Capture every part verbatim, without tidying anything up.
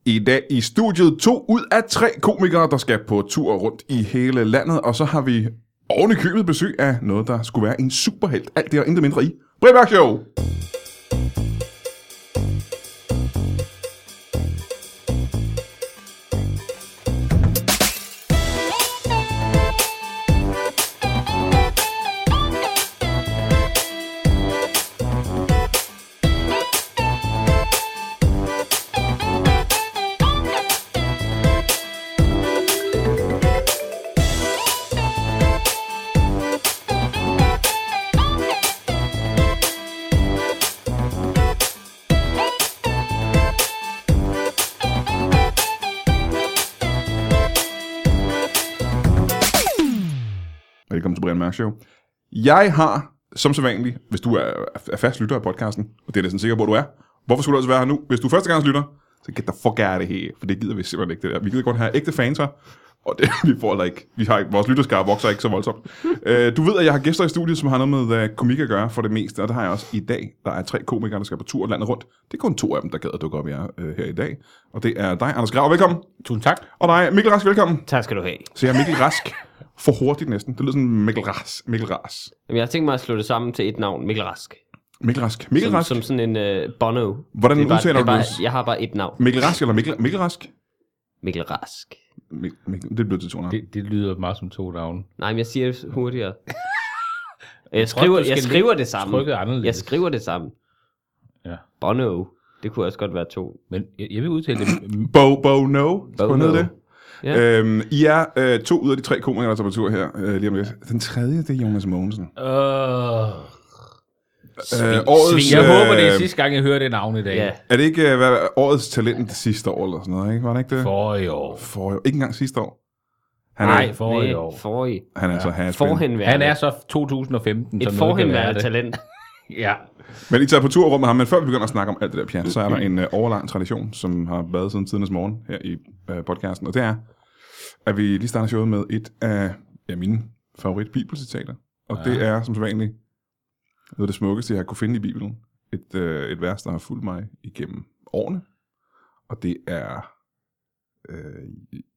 I dag i studiet to ud af tre komikere, der skal på tur rundt i hele landet. Og så har vi oven i købet besøg af noget, der skulle være en superhelt. Alt det og intet mindre i Brian Mørk Show. Velkommen til Brian Mørk Show. Jeg har, som sædvanligt, hvis du er, er fast lytter af podcasten, og det er jeg næsten sikker på, at du er, hvorfor skulle du også være her nu? Hvis du er førstegangslytter, så get the fuck out of here, for det gider vi simpelthen ikke det der. Vi gider godt have ægte fans her, og det vi får like, vi har vores lytterskare vokser ikke så voldsomt. uh, du ved, at jeg har gæster i studiet, som har noget med uh, komik at gøre for det meste, og det har jeg også i dag. Der er tre komikere, der skal på tur landet rundt. Det er kun to af dem, der gad at dukke op her, uh, her i dag. Og det er dig, Anders Grav, velkommen. Tusind tak. Og dig, Mikkel Rask, velkommen. Tak skal du have. Så jeg er Mikkel Rask. For hurtigt næsten. Det lyder sådan Mikkel Rask. Mikkel Rask. Jamen, jeg har tænkt mig at slå det sammen til et navn, Mikkel Rask. Mikkel Rask. Mikkel som, Rask. Som sådan en uh, Bono. Hvordan det udtaler du det? Jeg har bare et navn. Mikkel Rask eller Mikkel, Mikkel Rask? Mikkel Rask. Mikkel, Mikkel, det bliver til to navn. Det, det lyder meget som to navne. Nej, men jeg siger det hurtigere. jeg skriver, jeg skriver det sammen. Jeg skriver det sammen. Ja. Bono. Det kunne også godt være to. Men jeg, jeg vil udtale det. Bo, Bo, no. Bono. Det. Ja. Øhm, I er øh, to ud af de tre komikere, der tager på tur her øh, lige om lidt. Den tredje, det er Jonas Mogensen. Uh, øh, årets, jeg øh, håber, det er øh, sidste gang, jeg hører det navn i dag. Ja. Er det ikke øh, hvad, årets talent det sidste år, eller sådan noget, ikke? Var det ikke det? For i år. For i år. Ikke engang sidste år. Han Nej, er, for i år. For i. Han er ja. så has Forhenværende. Han er så to tusind og femten. Et forhenværende talent. Ja. Men I tager på tur rundt med ham, men før vi begynder at snakke om alt det der pjat, så er der en øh, overlang tradition, som har været siden tidernes morgen her i øh, podcasten, og det er, at vi lige starter showet med et af ja, mine favorit bibelcitater. Og ja. det er, som sædvanligt, noget af det smukkeste, jeg har kunne finde i Bibelen. Et, øh, et vers, der har fulgt mig igennem årene. Og det er øh,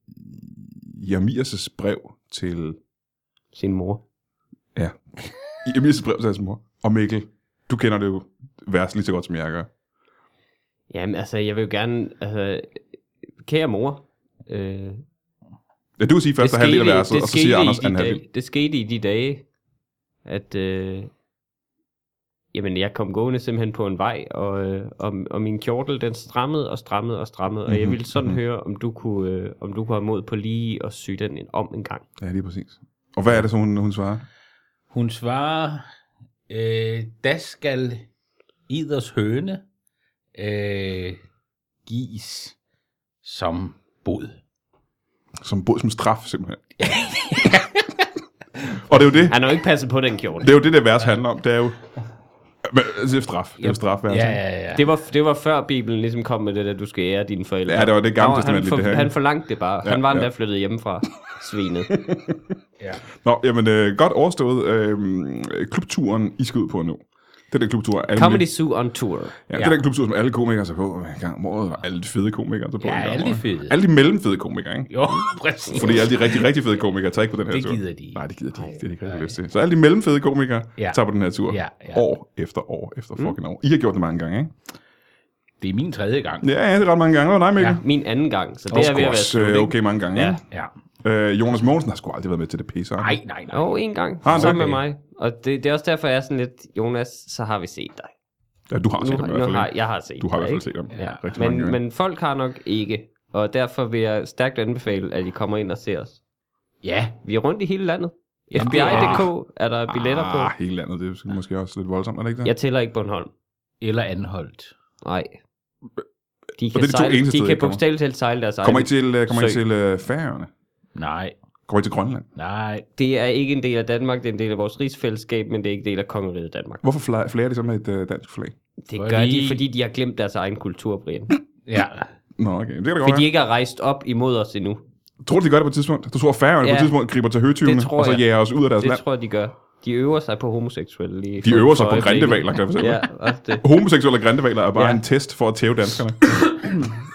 Jeremias' brev til... Sin mor. Ja, Jeremias' brev til sin mor. Og Mikkel, du kender det jo vers lige så godt, som jeg gør. Jamen, altså, jeg vil jo gerne... Altså, kære mor... Øh, Ja, du vil sige første halvdel af verset, og så siger Anders anden halvdel. Det skete i de dage, at øh, jamen, jeg kom gående simpelthen på en vej, og, øh, og, og min kjortel, den strammede og strammede og strammede, mm-hmm. og jeg ville sådan mm-hmm. høre, om du kunne, øh, om du kunne have mod på lige at sy den om en gang. Ja, lige præcis. Og hvad er det, så hun, hun svarer? Hun svarer, øh, der skal iders høne øh, gives som bod. Som bod som straf, simpelthen. Og det er jo det. Han har jo ikke passet på den kjortel. Det er jo det, der vers handler om. Det er jo men, det er straf. Det er jo straf. Ja, ja, ja. Det var, det var før Bibelen ligesom kom med det, at du skal ære dine forældre. Ja, det var det gamle testament. Han, for, det her. han forlangte det bare. Ja, han var endda ja. flyttet hjemmefra. Svinet. Ja. Nå, jamen øh, godt overstået. Øh, klubturen, I skal ud på nu. Det er den klubtur. Alle Comedy Zoo on tour. Ja, det er den klubtur, som alle komikere så på. En gang om året var alle de fede komikere så på. Ja, alle de fede. Alle de mellemfede komikere, ikke? Jo, præcis. Fordi alle de rigtig, rigtig fede komikere tager ikke på den her det tur. Det gider de. Nej, det gider de ikke. Det er de ikke rigtig lyst til. Så alle de mellemfede komikere ja. tager på den her tur. Ja, ja. År efter år efter fucking mm. år. I har gjort det mange gange, ikke? Det er min tredje gang. Ja, ja, det er ret mange gange. Hvad var dig, Mikkel? Ja, min anden gang. Så det er ved at være slut, øh, okay mange gange, ja. ikke? Ja. Øh, Jonas Mogensen har sgu aldrig været med til det pisse. Nej, nej, nej. Jo, en gang. Har han sammen det? med mig. Og det, det er også derfor, jeg er sådan lidt, Jonas, så har vi set dig. Ja, du har set nu, dem i nu hvert fald. har, jeg har set Du har i hvert fald ikke? set dem. Ja. Rigtig Men, mange gange. men folk har nok ikke. Og derfor vil jeg stærkt anbefale, at I kommer ind og ser os. Ja. Vi er rundt i hele landet. Ja, F B I punktum d k er der billetter ah, på. Ah, hele landet. Det er måske også lidt voldsomt, er det ikke det? Jeg tæller ikke Bornholm. Eller Anholdt. Nej. De det kan, er de to sejle, eneste de steder, kan I kommer. bogstaveligt talt sejle deres Kommer I egen til, kommer I sø. til uh, Færøerne? Nej. Kommer I til Grønland? Nej. Det er ikke en del af Danmark, det er en del af vores rigsfællesskab, men det er ikke en del af kongeriget Danmark. Hvorfor flager, flager de så med et uh, dansk flag? Det Fordi- gør de, fordi de har glemt deres egen kultur, Brian. Ja. Nå, okay. Det kan da godt Fordi de være. ikke har rejst op imod os endnu. Tror du, de gør det på et tidspunkt? Du tror, at Færøerne Ja. på et tidspunkt griber til høtyvene, Det tror og så jeg. jager os ud af deres Det land? tror jeg, de gør. De øver sig på homoseksuelle lige. De for- øver sig for på øjeblikket. grindevaler, kan jeg fortælle Ja, dig. også det. Homoseksuelle grindevaler er bare Ja. en test for at tæve danskerne.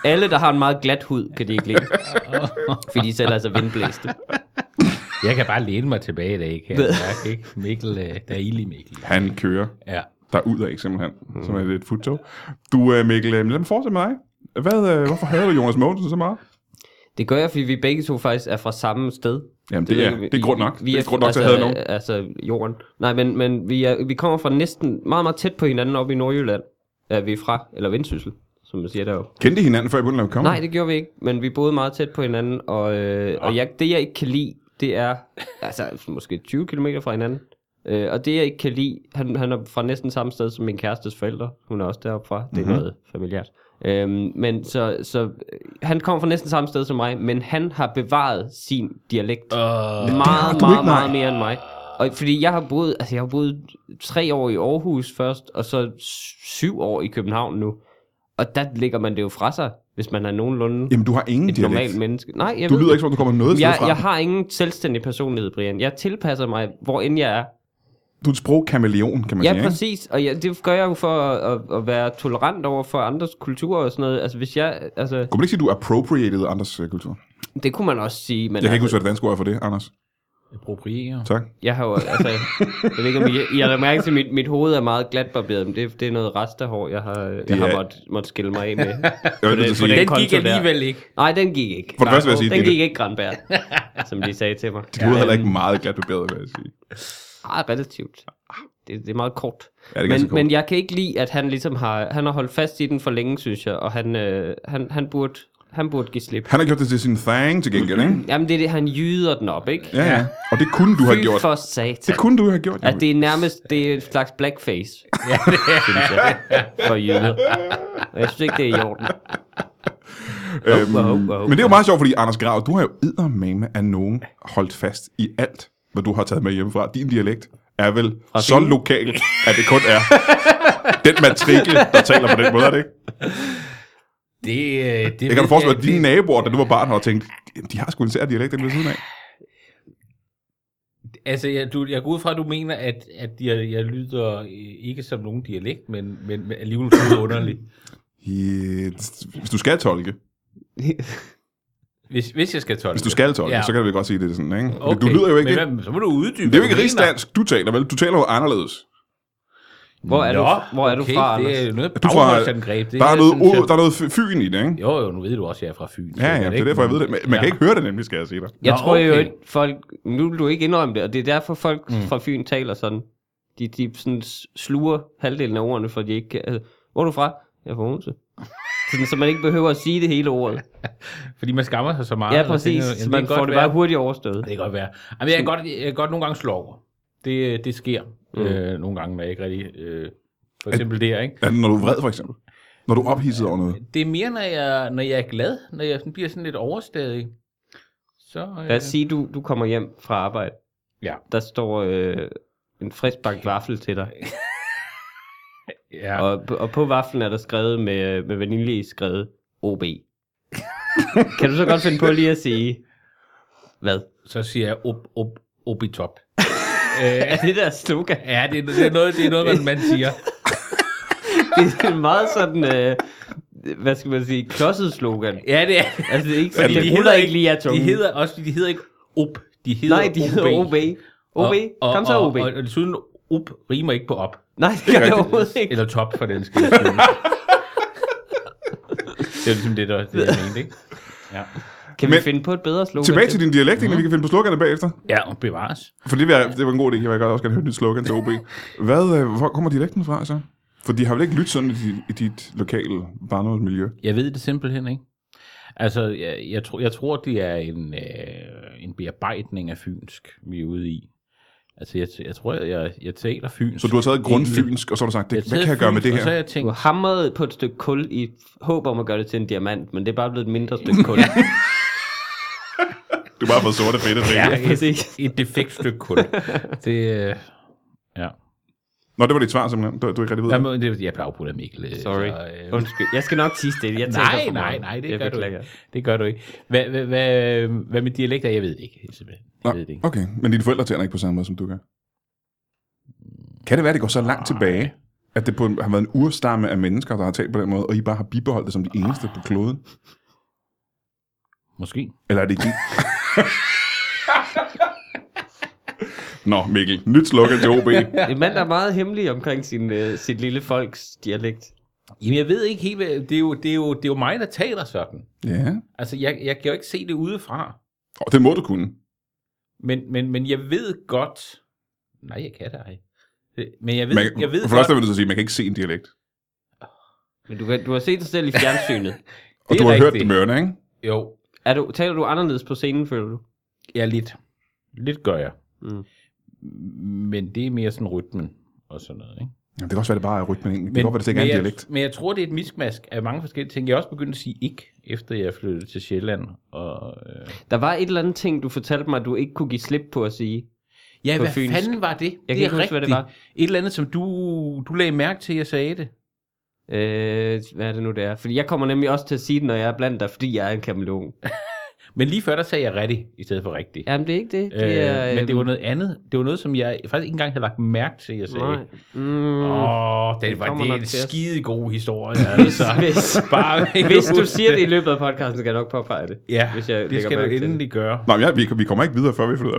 Alle, der har en meget glat hud, kan de ikke lide. Fordi de selv er så vindblæste. Jeg kan bare læne mig tilbage i dag, kan jeg mærke, ikke? Mikkel, øh, der er ild i Mikkel. Han kører Ja. derudad, simpelthen, mm. som er lidt futtog. Du, øh, Mikkel, lad mig fortsætte med dig. Hvad, øh, hvorfor hader du Jonas Mogensen så meget? Det gør jeg, fordi vi begge to faktisk er fra samme sted. Jamen, det, det, er, det er grund nok. Vi, vi det er er, grund nok altså, til at have nogen. Altså, jorden. Nej, men, men vi, er, vi kommer fra næsten meget, meget tæt på hinanden oppe i Nordjylland. Er vi fra, eller Vendsyssel, som man siger deroppe. Kendte I hinanden, før I begyndte at komme? Nej, det gjorde vi ikke, men vi boede meget tæt på hinanden, og, øh, og jeg, det jeg ikke kan lide, det er, altså måske tyve kilometer fra hinanden, øh, og det jeg ikke kan lide, han, han er fra næsten samme sted som min kærestes forældre, hun er også deroppe fra, det er mm-hmm. noget familiært. Øhm, men så, så han kommer fra næsten samme sted som mig, men han har bevaret sin dialekt Uh, meget, meget, meget, meget mere end mig. Og fordi jeg har boet, altså jeg har boet tre år i Aarhus først, og så syv år i København nu. Og der ligger man det jo fra sig, hvis man er nogenlunde Jamen, du har ingen et dialekt. normalt menneske. Nej, jeg Du ved lyder det. ikke, som om du kommer noget sted jeg, fra. jeg har ingen selvstændig personlighed, Brian. Jeg tilpasser mig, hvor end jeg er. Du er et sprogkameleon, kan man Ja, sige, ikke? præcis. Og jeg, det gør jeg jo for at, at, at være tolerant over for andres kulturer og sådan noget. Altså, hvis jeg... Altså, Kunne man ikke sige, at du appropriated andres uh, kultur? det kunne man også sige, men Jeg kan ikke altså, huske, hvad det danske ord er for det, Anders. Appropriere. Tak. jeg har jo... Altså, jeg ved ikke, om I, I har da mærket til, at mit, mit hoved er meget glatbarberet, men det, det er noget restehår, jeg har, jeg er- har måttet måtte skille mig af med. Jeg vil den- nødt til at på sige, Den konto gik der. alligevel ikke. Nej, den gik ikke. For det første vil jeg sige, Den det- gik ikke, Granberg, som de sagde til mig. det lyder heller ikke meget glat bebæret, vil jeg sige. Ah, relativt. Det, det er meget kort. Ja, det er ganske men, kort. men jeg kan ikke lide, at han ligesom har, han har holdt fast i den for længe, synes jeg, og han, øh, han, han, burde, han burde give slip. Han har gjort det til sin thing til gengæld, ikke? Jamen, det er det, han jyder den op, ikke? Ja, ja. Og det kunne du have Fy gjort. for satan. Det kunne du have gjort. Altså, det er nærmest, det er et slags blackface, ja, det er. synes jeg, for jyder. Og jeg synes ikke, det er i orden. Øhm, Wow, wow, wow. men det er jo meget sjovt, fordi Anders Grav, du har jo eddermame af nogen holdt fast i alt, hvad du har taget med hjemmefra. Din dialekt er vel Fra så Fyn? lokal, at det kun er den matrikel, der taler på den måde, er det ikke? Det, øh, det, Jeg kan du forestille mig, at dine naboer, da du var barn, har tænkt, "Jamen, de har sgu en sær dialekt, den ved siden af. Altså, jeg, du, jeg går ud fra, at du mener, at, at jeg, jeg lyder øh, ikke som nogen dialekt, men, men, men alligevel lyder underligt. Ja, hvis du skal tolke, Hvis, hvis jeg skal tolke. hvis du skal tolke, Ja. så kan du vel godt sige det sådan, ikke? Okay, Men du lyder jo ikke... Men, hvad, så må du uddybe. det er jo ikke hvad du rigsdansk, du taler vel? Du taler jo anderledes. Hvor er, Nå, du, hvor er du okay, fra, det Anders? er jo noget Du er fra- bagholdsangreb. Det Der er, er noget, sådan, o- så- der er noget fyn i det, ikke? Jo, jo, nu ved du også, at jeg er fra Fyn. Ja, ja, det er derfor, jeg ved det. Men man kan ikke høre det nemlig, skal jeg sige dig. Jeg Nå, tror jo, okay. at folk, nu vil du ikke indrømme det, og det er derfor folk mm. fra Fyn taler sådan. De, de sådan sluger halvdelen af ordene, for de ikke kan, altså, hvor er du fra? Jeg er fra Odense. Sådan, så man ikke behøver at sige det hele ordet. Fordi man skammer sig så meget. Ja, og præcis. tænker, Så jamen, man kan får godt det være- bare hurtigt overstået. Det kan godt være. Jamen, jeg, kan godt, jeg kan godt nogle gange slå over. Det, det sker mm. øh, nogle gange, når jeg ikke rigtig... Øh, for eksempel det her, ikke? Ja, når du er vred, for eksempel. Når du er ophidset over noget. Det er mere, når jeg, når jeg er glad. Når jeg sådan bliver sådan lidt overstadig. Så, øh, Lad os sige, du, du kommer hjem fra arbejde. Ja. Der står øh, en friskbagt vaffel til dig. Ja. Og, og på vaflen er der skrevet med, med vanilje skrevet O B. Kan du så godt finde på lige at sige, hvad? Så siger jeg op, op, op i top. Er det der slogan? Ja, det, er- det, er noget, det er noget, man, man siger. Det er meget sådan, øh, hvad skal man sige, klodset slogan. Ja, det er. Altså det er ikke, Fordi fordi de det hedder ikke lige af De tungen. hedder også, de hedder ikke op. De hedder Nej, de hedder O B. O B, Og- kom så og, O B. Og, og, og desuden op rimer ikke på op. Nej, det gør det overhovedet ikke. Eller top for den skide skyld. Det er ligesom det, der det, jeg mente, ikke? Ja. Kan vi Men- finde på et bedre slogan? Tilbage til din dialekt, mm-hmm. vi kan finde på sloganet bagefter. Ja, og bevares. For det, var, det var en god idé. Jeg vil godt også gerne høre et nyt slogan til O B. Hvad, øh, hvor kommer dialekten fra, så? For de har vel ikke lyttet sådan i dit, i dit lokale barndomsmiljø? Jeg ved det simpelthen ikke. Altså, jeg, jeg, tror, jeg tror, det er en, øh, en bearbejdning af fynsk, vi er ude i. Altså, jeg, jeg tror, jeg, jeg taler fynsk. Så du har taget grundfynsk, og så har du sagt, det, hvad kan jeg gøre med det Og så har her? jeg Du tænkt, har hamret på et stykke kul i håb om at gøre det til en diamant, men det er bare blevet et mindre stykke kul. Du har bare fået sorte fedte ja, ja. præcis. et, et defekt stykke kul. Det, øh, ja. Nå, det var dit svar simpelthen. Du, du er ikke rigtig ved Jamen, det. Jeg bliver afbrudt af Mikkel. øh, Sorry. Så, øh, Undskyld. Jeg skal nok tige stille. Jeg nej, tænker for nej, meget. nej, det Jeg gør du beklager. ikke. Det gør du ikke. Hvad, hvad, hvad, hvad med dialekter? Jeg ved det ikke, simpelthen. Jeg Nå, ved det ikke. okay, men dine forældre tjener ikke på samme måde, som du gør. Kan det være, det går så langt tilbage, At det på en, har været en urstamme af mennesker, der har talt på den måde, og I bare har bibeholdt det som de eneste på kloden? Måske. Eller er det ikke? Nå, Mikkel. Nyt slukker til O B. En mand, der er meget hemmelig omkring sin, uh, sit lille folks dialekt. Jamen, jeg ved ikke helt, hvad... Det er jo, det er jo, det er jo mig, der taler sådan. Ja. Altså, jeg, jeg kan jo ikke se det udefra. Og det må du kunne. Men, men, men jeg ved godt... Nej, jeg kan det ej. Men jeg ved, Man, jeg ved for godt... først vil du så sige, at man kan ikke se en dialekt. Men du, kan, du har set dig selv i fjernsynet. Og du har rigtigt. Hørt det mørne, ikke? Jo. Er du, taler du anderledes på scenen, føler du? Ja, lidt. Lidt gør jeg. Mm. Men det er mere sådan rytmen og sådan noget, ikke? Jamen, det kan også være, det bare er rytmen. Det Men, kan godt være, det ikke er en jeg, dialekt. Men jeg tror, det er et miskmask af mange forskellige ting. Jeg er også begyndt at sige ikke, efter jeg flyttede til Sjælland. Og, øh... Der var et eller andet ting, du fortalte mig, at du ikke kunne give slip på at sige. Ja, hvad fynsk. fanden var det? Jeg det kan er ikke huske, hvad det var. Et eller andet, som du, du lagde mærke til, jeg sagde det. Øh, hvad er det nu, det er? Fordi jeg kommer nemlig også til at sige det, når jeg er blandt dig, fordi jeg er en kameleon. Men lige før, der sagde jeg rigtig, i stedet for rigtig. Jamen, det er ikke det. det øh, er, men det var noget andet. Det var noget, som jeg faktisk ikke engang havde lagt mærke til, jeg sagde. Nej. Mm. Åh, det var kommer det nok en til os. skide god historie, altså. Hvis, Bare, hvis du siger det i løbet af podcasten, skal jeg nok påpege det. ja, hvis jeg det lægger skal du mærke til endelig gøre. Nej, men ja, vi, vi kommer ikke videre, før vi flytter.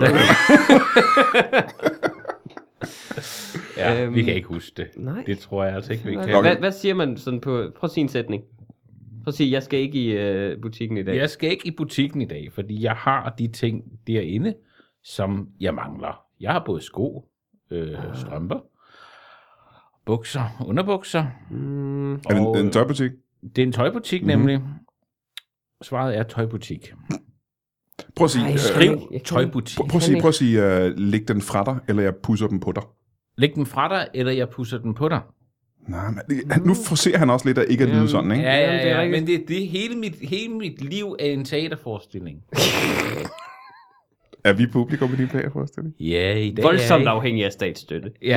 Ja, Øhm, vi kan ikke huske det. nej. Det tror jeg altså ikke, vi Nej. kan. Hvad, hvad siger man sådan på... Prøv at sige en sætning. Prøv at sige, jeg skal ikke i uh, butikken i dag. Jeg skal ikke i butikken i dag, fordi jeg har de ting derinde, som jeg mangler. Jeg har både sko, øh, strømper, bukser, underbukser. Mm. Er det en, en tøjbutik? Det er en tøjbutik Mhm. nemlig. Svaret er tøjbutik. Prøv at sige, Ej, øh, Skriv Jeg kan- tøjbutik. prøv, prøv at sige, prøv at sige uh, læg den fra dig, eller jeg pusser den på dig. Læg den fra dig, eller jeg pusser den på dig. Nej, men det- nu forser han også lidt at ikke at lyde Jamen, sådan, ikke? Ja, Jamen, ja, det er ja. rigtigt. Men det, det hele, mit, hele mit liv er en teaterforestilling. Er vi publikum i din teaterforestilling? Ja, i dag Voldsomt er afhængig af statsstøtte. Ja.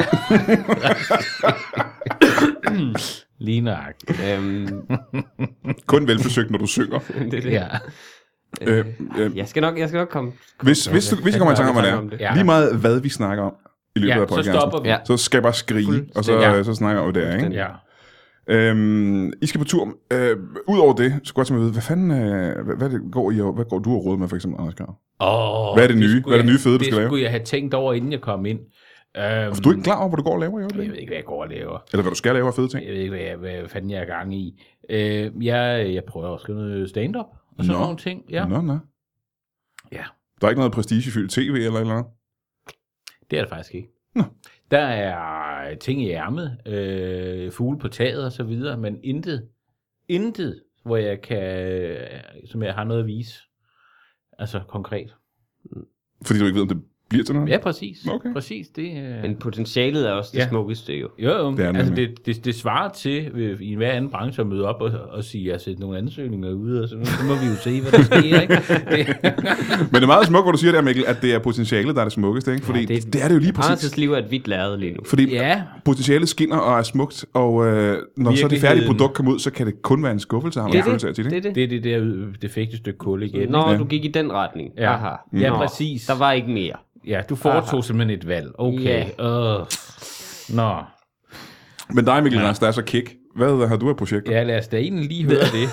Lige nøjagtigt. Øhm, Kun velbesøgt, når du synger. det, er det. Ja. øh, øh, Jeg skal nok, jeg skal nok komme. hvis, hvis, du, hvis jeg kommer i tanke om, hvad det om det. er, Ja. lige meget hvad vi snakker om i løbet Ja, af så podcasten, stopper vi. Ja. så skal jeg bare skrige, og så, Ja. så snakker jeg om det der, ikke? Ja. Øhm, I skal på tur. Øh, Udover det, så godt til at vide, hvad fanden øh, hvad, hvad, det går I, og hvad går du og råd med, for eksempel, Anders Grav? Oh, Hvad er det nye? skulle Hvad er det jeg- nye fede, du skal Det lave? skulle jeg have tænkt over, inden jeg kom ind. Um, For du er ikke klar over, hvad du går og laver i Jeg øjeblikket? ved ikke, hvad jeg går og laver. Eller hvad du skal lave af fede ting? Jeg ved ikke, hvad, jeg, hvad fanden jeg er gang i. Uh, jeg, jeg prøver at skrive noget stand-up og sådan Nå. nogle ting. Ja. Nå, nå. Ja. Der er ikke noget prestigefyldt tv eller eller andet? Det er det faktisk ikke. Nå. Der er ting i ærmet, øh, fugle på taget og så videre, men intet, intet, hvor jeg kan, som jeg har noget at vise. Altså konkret. Fordi du ikke ved, om det bliver til noget? Ja, præcis. Okay. Præcis, det øh... Men potentialet er også det Ja. smukkeste jo. Jo, jo. Det er Altså, nemlig. det, det, det svarer til øh, i hver anden branche at møde op og, og sige, jeg har set nogle ansøgninger ude, og så, så må vi jo se, hvad der sker, ikke? Det, Men det er meget smukt, hvor du siger der, Mikkel, at det er potentialet, der er det smukkeste, ikke? Fordi Ja, det, det er det jo lige præcis. Anders' liv er et hvidt lærred lige nu. Fordi ja, potentialet skinner og er smukt, og øh, når så det færdige Virkeligheden. produkt kommer ud, så kan det kun være en skuffelse, har man Det en er det. følelse af til det. Det er det. det er det der øh, defekte stykke kul igen. Når Ja. du gik i den retning. Ja. Aha. Ja, Nå, præcis. Der var ikke mere. Ja, du foretog Aha. simpelthen et valg. Okay. Ja. Uh. Nå. Men dig, Mikkel, ja. der er så kick. Hvad har du af projekter? Ja, lad os da egentlig lige høre det.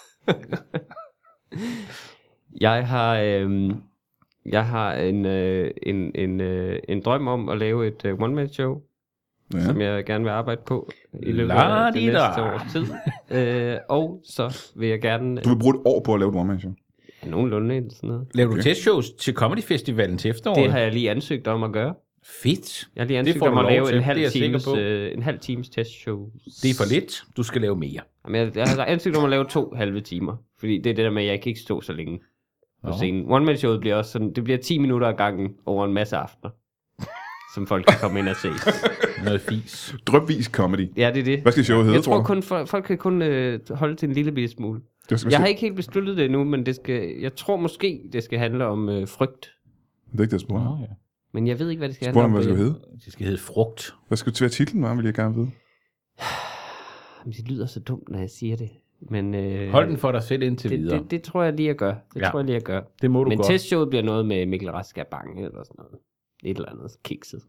Jeg har, øh, jeg har en, øh, en, en, øh, en drøm om at lave et øh, one-man-show, Ja. som jeg gerne vil arbejde på i løbet af det La-di-da. næste års tid. øh, og så vil jeg gerne... Du vil bruge et år på at lave et one-man-show. Ja, nogenlunde eller sådan noget. Laver Okay. du testshows til Comedy Festivalen til efteråret? Det har jeg lige ansøgt om at gøre. Fedt. Jeg har lige Det ansøgt får om du at lov lave til, en det er halv, jeg sikker times, på. øh, en halv times testshow. Det er for lidt. Du skal lave mere. Jamen, jeg, jeg har ansøgt om at lave to halve timer. Fordi det er det der med, at jeg kan ikke stå så længe på Nå. scenen. One-man-showet bliver også sådan, det bliver ti minutter ad gangen over en masse aftener. Som folk kan komme ind og se. Noget fis. Drømvis comedy. Ja, det er det. Hvad skal showet hedde, Jeg tror du? kun, for, folk kan kun øh, holde til en lille bitte smule. Det skal Jeg har ikke helt besluttet det endnu, men det skal, jeg tror måske, det skal handle om øh, frygt. Det er ikke det, jeg spurgte. Oh, ja. Men jeg ved ikke, hvad det skal Spurgte handle om, om. hvad det skal hedde. Det skal hedde frugt. Hvad skal det være titlen, var, vil jeg gerne vide. Jamen, det lyder så dumt, når jeg siger det. Men, øh, Hold den for dig selv indtil det, videre. det, det tror jeg lige, jeg gør. Det Ja. tror jeg lige, jeg gør. Det må du Men godt. testshowet bliver noget med Mikkel Rask er bange, eller sådan noget. Et eller andet kikset.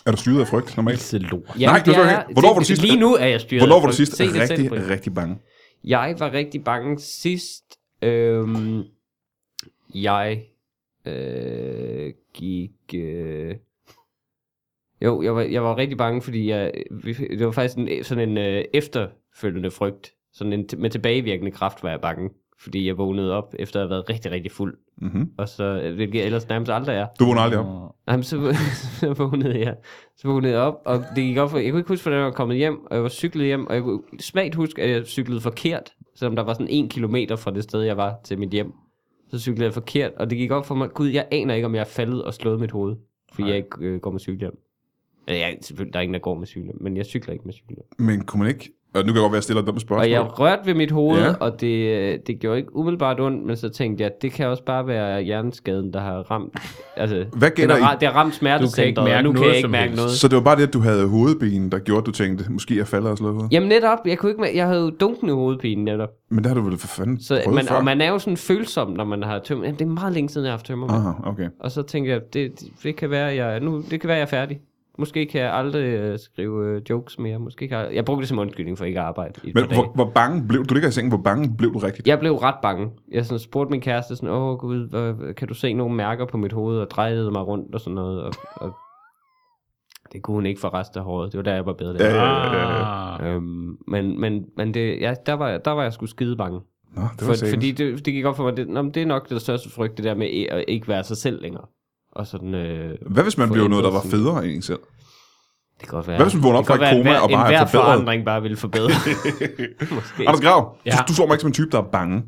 Er du styret af frygt normalt? Pisse lort. Jamen, Nej, det jeg var er- ikke. Hvornår var du sidst- Lige nu er jeg styret. Hvornår var af du frygt. sidst Se det selv, rigtig, Brian. rigtig bange? Jeg var rigtig bange sidst. Øhm, jeg øh, gik... Øh, jo, jeg var, jeg var rigtig bange, fordi jeg, det var faktisk en, sådan en øh, efterfølgende frygt. Sådan en, med tilbagevirkende kraft var jeg bange. Fordi jeg vågnede op, efter at have været rigtig, rigtig fuld. Mm-hmm. Og så, hvilket jeg ellers nærmest aldrig er. Du vågner aldrig op. Jamen, så, så vågnede jeg. Så vågnede jeg op, og det gik op for, jeg kunne ikke huske, hvordan jeg var kommet hjem, og jeg var cyklet hjem, og jeg kunne smagt huske, at jeg cyklede forkert, selvom der var sådan en kilometer fra det sted, jeg var til mit hjem. Så cyklede jeg forkert, og det gik op for mig, gud, jeg aner ikke, om jeg er faldet og slået mit hoved, fordi Nej. jeg ikke øh, går med cykelhjem. Altså, jeg, selvfølgelig, der er ingen, der går med cykelhjem, men jeg cykler ikke med cykelhjem. Men kunne man ikke... Og nu kan jeg godt være, at jeg stiller et dumt spørgsmål. Og jeg rørte ved mit hoved, Ja. ja. og det, det gjorde ikke umiddelbart ondt, men så tænkte jeg, at det kan også bare være hjerneskaden, der har ramt. Altså, Hvad det, gælder har, i- det har ramt smertecentret, og nu kan jeg ikke mærke noget. Så det var bare det, at du havde hovedben, der gjorde, at du tænkte, måske jeg falder og slået hovedet? Jamen netop, jeg kunne ikke, mær- jeg havde jo dunkende hovedpine netop. Men der har du vel for fanden Så prøvet man, før? og man er jo sådan følsom, når man har tømmer. Jamen, det er meget længe siden, jeg har haft tømmer. Aha, okay. Og så tænkte jeg, det, det, det kan være, jeg nu, det kan være, jeg er færdig. Måske kan jeg aldrig uh, skrive uh, jokes mere. Måske kan jeg, jeg brugte det som undskyldning for ikke at arbejde i et Men par dage. hvor, hvor bange blev du? ligger i sengen, hvor bange blev du rigtigt? Jeg blev ret bange. Jeg sådan spurgte min kæreste sådan, åh gud, hvad, kan du se nogle mærker på mit hoved, og drejede mig rundt og sådan noget. Og, og det kunne hun ikke for resten af håret. Det var der, jeg var bedre. Der. Ja, ja, ja, ja. Øhm, men men, men det, ja, der, var, der var jeg sgu skide bange. Nå, det var For, seriøst. fordi det, det gik op for mig, det, nå, men det er nok det største frygt, det der med at ikke være sig selv længere. Og sådan, øh, Hvad hvis man få blev noget, der var ændret sådan- federe end en selv? Det kan godt være. Hvad hvis man vågner op Det kan fra godt et være, koma og bare en er hver forbedret? forandring bare ville forbedre. Måske. Anders Grav, Ja. du, du så mig ikke som en type, der er bange.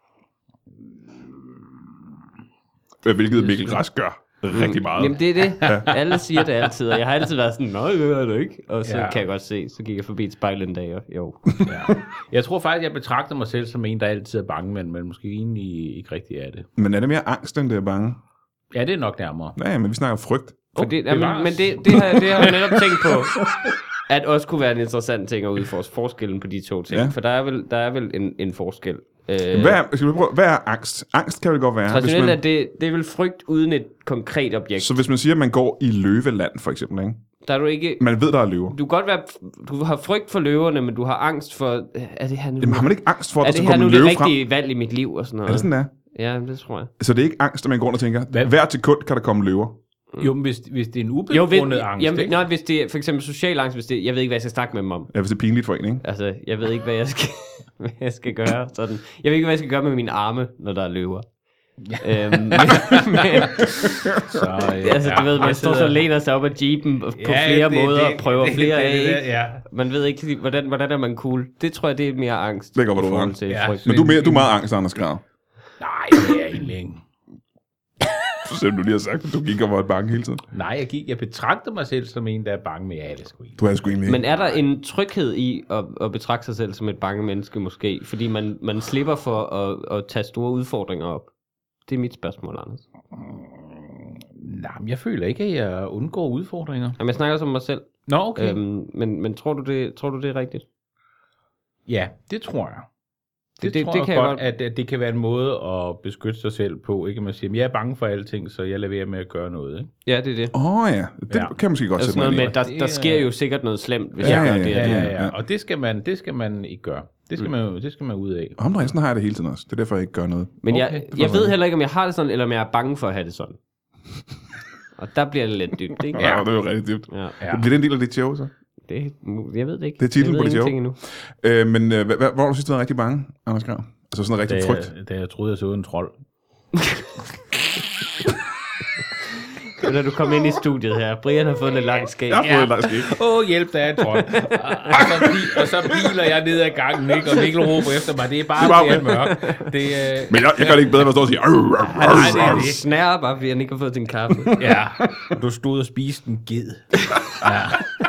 Hvilket Mikkel Rask gør rigtig meget. Jamen det er det. Alle siger det altid, og jeg har altid været sådan, nej, det er det ikke. Og så Ja. ja. kan jeg godt se, så gik jeg forbi et spejl en dag, og jo. Ja. Jeg tror faktisk, jeg betragter mig selv som en, der altid er bange, men, men måske egentlig ikke rigtig er det. Men er det mere angst, end det er bange? Ja, det er nok nærmere. Nej, men vi snakker frygt. For Oh, det, bevares. jamen, men det, det, har, jeg- det har jeg netop tænkt på, at også kunne være en interessant ting at udforske forskellen på de to ting. Ja. Ja. For der er vel, der er vel en, en forskel. Øh, Hvad er, skal vi prøve, hvad er angst? Angst kan vel godt være, hvis Traditionelt man, er det, det er vel frygt uden et konkret objekt. så hvis man siger, at man går i løveland, for eksempel, ikke? Der er du ikke... Man ved, der er løver. Du kan godt være... Du har frygt for løverne, men du har angst for... Er det her nu, Jamen, har man ikke angst for, at er der det skal her komme nu en det løve frem? rigtige valg i mit liv og sådan Er noget? det sådan, der? Ja, det tror jeg. Så det er ikke angst, at man går rundt og tænker, Hvad? hver sekund kan der komme løver. Jo, men hvis, hvis det er en Jo, ubegrundet ved, angst, jamen, ikke? nej, hvis det er for eksempel social angst, hvis det, jeg ved ikke, hvad jeg skal snakke med dem om. Ja, hvis det er pinligt for en, ikke? Altså, jeg ved ikke, hvad jeg skal, hvad jeg skal gøre. Sådan. Jeg ved ikke, hvad jeg skal gøre med mine arme, når der er løver. øhm, men, men, Så, øh, altså, du ved, man jeg står så og læner sig op af jeepen på flere måder og prøver flere af, ikke? Ja. Man ved ikke, hvordan, hvordan er man cool. Det tror jeg, det er mere angst. Det kan godt være, i du har forhold angst. til Ja, frygt. Men du er, mere, du er meget angst, Anders Grav. Nej, det er egentlig ikke. Selvom du lige har sagt, at du gik og var bange hele tiden. Nej, jeg, gik, jeg betragter mig selv som en, der er bange, men jeg er det sgu ikke. Du er sgu egentlig ikke. Men er der en tryghed i at, at betragte sig selv som et bange menneske måske? Fordi man, man slipper for at, at tage store udfordringer op. Det er mit spørgsmål, Anders. Nej, men jeg føler ikke, at jeg undgår udfordringer. Jamen, jeg snakker som mig selv. Nå, okay. Øhm, men men tror, du det, tror du, det er rigtigt? Ja, det tror jeg. Det, Det- det tror det jeg kan jeg godt, godt- at, at det kan være en måde at beskytte sig selv på. Ikke at man siger, at jeg er bange for alting, så jeg lader være med at gøre noget. Ikke? Ja, det er det. Åh oh, ja, det Ja. kan jeg måske godt Altså sætte noget mig med, ind i. der, Det der er- sker jo sikkert noget slemt, hvis Ja, jeg gør ja, det. Ja, og det. ja, ja. ja. Og det skal man, det skal man ikke gøre. Det skal, man, jo- det skal man ud af. Om sådan har jeg det hele tiden også. Det er derfor, jeg ikke gør noget. Men Okay, jeg, det jeg forstår ved jeg. heller ikke, om jeg har det sådan, eller om jeg er bange for at have det sådan. Og der bliver det lidt dybt, ikke? Ja, det er jo rigtig dybt. Ja. Ja. Bliver det en del af dit show, så? Det, jeg ved det ikke. Det er titlen jeg på ved dit show. ingenting Øh, endnu. men øh, hvad, hvor har du sidst været rigtig bange, Anders Grav? Altså sådan en Da rigtig frygt? jeg, da jeg troede, jeg så en trold. Det var da du kom ind i studiet her. Brian har fået en lang skæg. Jeg har fået Ja. en lang skæg. Åh, oh, hjælp, der er en trold. og, så, bi- og så biler jeg ned ad gangen, ikke? Og Mikkel råber efter mig. Det er bare, Det er bare- det er mørkt. Det, øh, Men jeg, jeg gør det ikke bedre, at man står og siger... "Arr, arr, arr, nej, det er arr." det. Snærer bare, fordi han ikke har fået sin kaffe. ja, du stod og spiste en ged. Ja,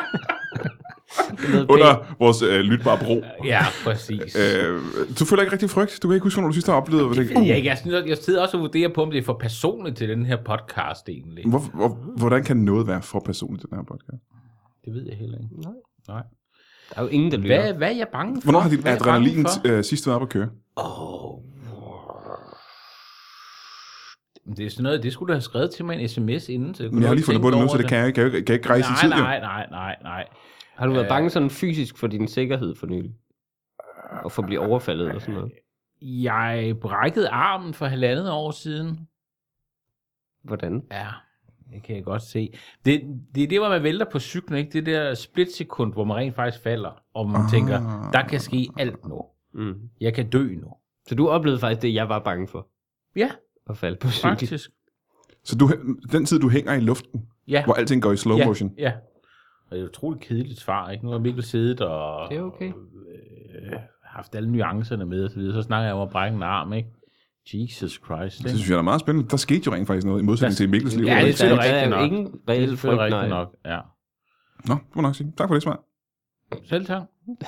Under vores øh, lytbare bro. ja præcis. Øh, du føler ikke rigtig frygt? Du kan ikke huske, hvornår du sidst har oplevet, hvor du tænker, uh, Ja, jeg, synes, jeg sidder også og vurderer på, om det er for personligt til den her podcast egentlig. hvor, hvor, hvordan kan noget være for personligt til den her podcast? Det ved jeg heller ikke. Nej. Nej. Der er jo ingen, der lytter. Hvad, hvad er jeg bange for? Hvornår har dit Hvad er jeg bange adrenalin for? øh, sidst været op at køre? Åh, Det er sådan noget, det skulle du have skrevet til mig en sms inden. Så jeg, Men jeg har lige fundet på det nu, så det kan jeg ikke, kan jeg, kan jeg ikke rejse nej, i tid. Nej, nej, nej, nej. Har du været Øh. bange sådan fysisk for din sikkerhed for nylig? Og for at blive overfaldet eller sådan noget? Jeg brækkede armen for halvandet år siden. Hvordan? Ja, det kan jeg godt se. Det, det er det, hvor man vælter på cyklen, ikke? Det der splitsekund, hvor man rent faktisk falder, og man Ah. tænker, der kan ske alt nu. Mm. Jeg kan dø nu. Så du oplevede faktisk det, jeg var bange for? Ja, At falde på cykel? faktisk. Så du, den tid, du hænger i luften, Ja. hvor alting går i slow ja, motion. Ja, og det er et utroligt kedeligt svar, ikke? Nu har Mikkel siddet og Det er okay. øh, haft alle nuancerne med og så videre. Så snakker jeg om at brække en arm, ikke? Jesus Christ, Det ikke? synes jeg er meget spændende. Der skete jo rent faktisk noget, i modsætning Der- til Mikkels liv. Ja, det er der, selvfølgelig der er rigtigt jo nok. ingen Det er reel selvfølgelig frygt, rigtigt nej. nok, ja. Nå, det må nok sige. Tak for det svar. Selv tak.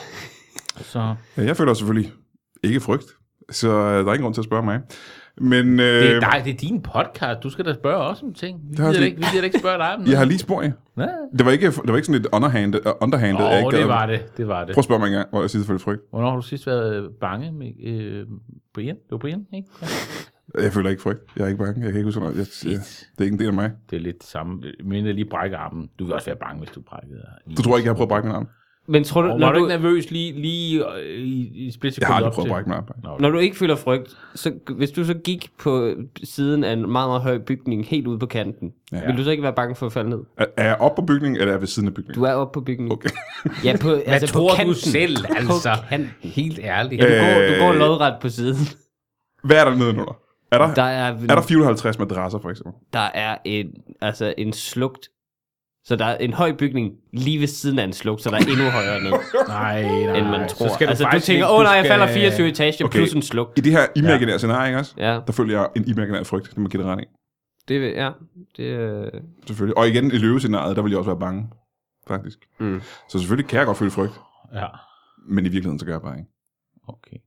Så Ja, jeg føler selvfølgelig ikke frygt, så øh, der er ingen grund til at spørge mig. Men øh, det er, dig, det er din podcast. Du skal da spørge os om ting. Vi har gider også da lige- ikke, vi gider da ikke spørge dig om noget. jeg har lige spurgt jer. Ja. Det var ikke, det var ikke sådan et underhanded, uh, underhanded. jeg Åh, ikke det gad- var det. Det var det. Prøv at spørge mig en gang, hvor jeg siger selvfølgelig frygt. Hvornår har du sidst været bange med øh, Brian? Det var Brian, ikke? Ja. Jeg føler ikke frygt. Jeg er ikke bange. Jeg kan ikke huske noget. Jeg, jeg, Fedt. det er ikke en del af mig. Det er lidt det samme. Men jeg lige brækker armen. Du vil også være bange, hvis du brækkede dig. Du tror ikke, jeg har prøvet at brække min arm? Men tror du, Og når var du du, ikke nervøs lige, lige øh, i, i spidse Jeg har aldrig prøvet at brække min arm. Nå, når du ikke føler frygt, så hvis du så gik på siden af en meget, meget høj bygning, helt ude på kanten, Ja. ja. vil du så ikke være bange for at falde ned? Er, er jeg oppe på bygningen, eller er jeg ved siden af bygningen? Du er oppe på bygningen. Okay. Ja, på, Hvad altså tror på du kanten. selv, altså? På kanten. Helt ærligt. Ja, du, går, Øh, du går lodret på siden. Hvad er der nede under? Er der, Der er, er der fire hundrede og halvtreds madrasser, for eksempel? der er en, altså en slugt. Så der er en høj bygning lige ved siden af en slugt, så der er endnu højere ned, Nej, nej. end man tror. Så skal du altså du faktisk tænker, ikke- åh du nej, jeg skal- falder fireogtyve etager Okay. plus en slugt. I det her imaginære ja. scenarie, ikke også? Ja, Der følger jeg en imaginær frygt. Det må jeg give det ret i. det vil, ja, det øh, Selvfølgelig. Og igen, i løvescenariet, der vil jeg også være bange. Faktisk. mm. Så selvfølgelig kan jeg godt føle frygt. Ja, Men i virkeligheden, så gør jeg bare ikke. okay.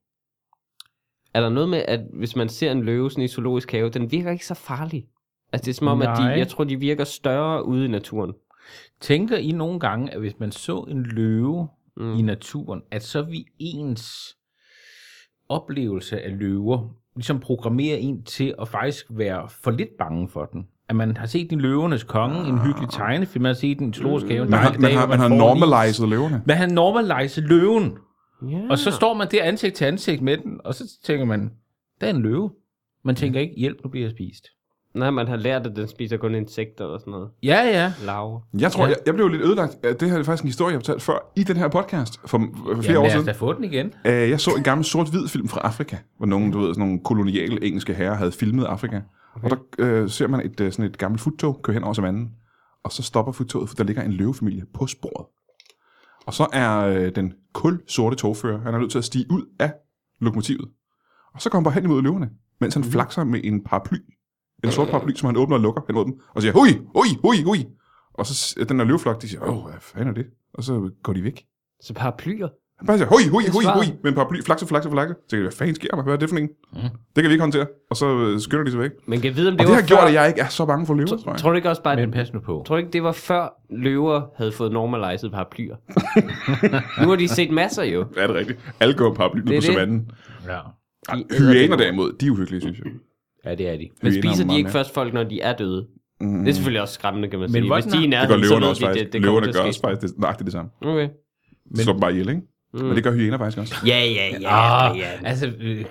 Er der noget med, at hvis man ser en løve sådan i zoologisk have, den virker ikke så farlig? Altså det er som om, at de, Nej. jeg tror, de virker større ude i naturen. Tænker I nogle gange, at hvis man så en løve Mm. mm. i naturen, at så vi ens oplevelse af løver ligesom programmerer en til at faktisk være for lidt bange for den? At man har set den Løvernes Konge, en hyggelig tegnefilm, man har set den i zoologisk have. Man har, man har, man har normalized løverne. Man har normalized løven. Ja. Og så står man der ansigt til ansigt med den, og så tænker man, der er en løve. Man tænker ikke, hjælp, nu bliver jeg spist. Nej, man har lært, at den spiser kun insekter og sådan noget. Ja, ja. Larver. Jeg tror, Ja. jeg, jeg blev lidt ødelagt. Det her er faktisk en historie, jeg har fortalt før i den her podcast for, for flere Jamen, år lad os siden. da få den igen. Uh, jeg så en gammel sort-hvid film fra Afrika, hvor nogle, du ved, sådan nogle koloniale engelske herrer havde filmet Afrika. Okay. Og der uh, ser man et, uh, sådan et gammelt futtog køre hen over savannen, og så stopper futtoget, for der ligger en løvefamilie på sporet. Og så er uh, den kul sorte togfører, han er nødt til at stige ud af lokomotivet. Og så kommer han bare hen imod løverne, mens han flakser med en paraply. En sort paraply, som han åbner og lukker hen mod dem. Og siger, hui, hui, hui, hui. Og så den der løveflok, de siger, åh, hvad fanden er det? Og så går de væk. Så paraplyer. Han bare siger, hui, hui, Det er hui, svaret. hui, med en paraply, flakse, flakse, flakse. Så tænker jeg, hvad fanden sker der? Hvad er det for en? Mm. Det kan vi ikke håndtere. Og så øh, skynder de sig væk. Men kan vide, om Og det, det var har gjort, før... at jeg ikke er så bange for løver, tror jeg. Tror du ikke også bare, Men at... pas nu på. Tror du ikke, det var før løver havde fået normalized paraplyer? Nu har de set masser jo. Er det rigtigt? Alle går paraply Det ned er på det. savannen. Ja. De Hyæner derimod, de er uhyggelige, synes jeg. Ja, det er de. Men Hyæner spiser er de meget ikke mere. først folk, når de er døde? Mm. Det er selvfølgelig også skræmmende, kan man Men sige. hvordan Hvis de er i er- Det nærheden, gør så løverne ved også de, faktisk. det, det kommer Løverne til gør at også ske. faktisk det, nøjagtigt det samme. Okay. De slår dem bare ihjel, ikke? Mm. Men det gør hyæner faktisk også. Ja, ja, ja. Ah, ja. altså, øh,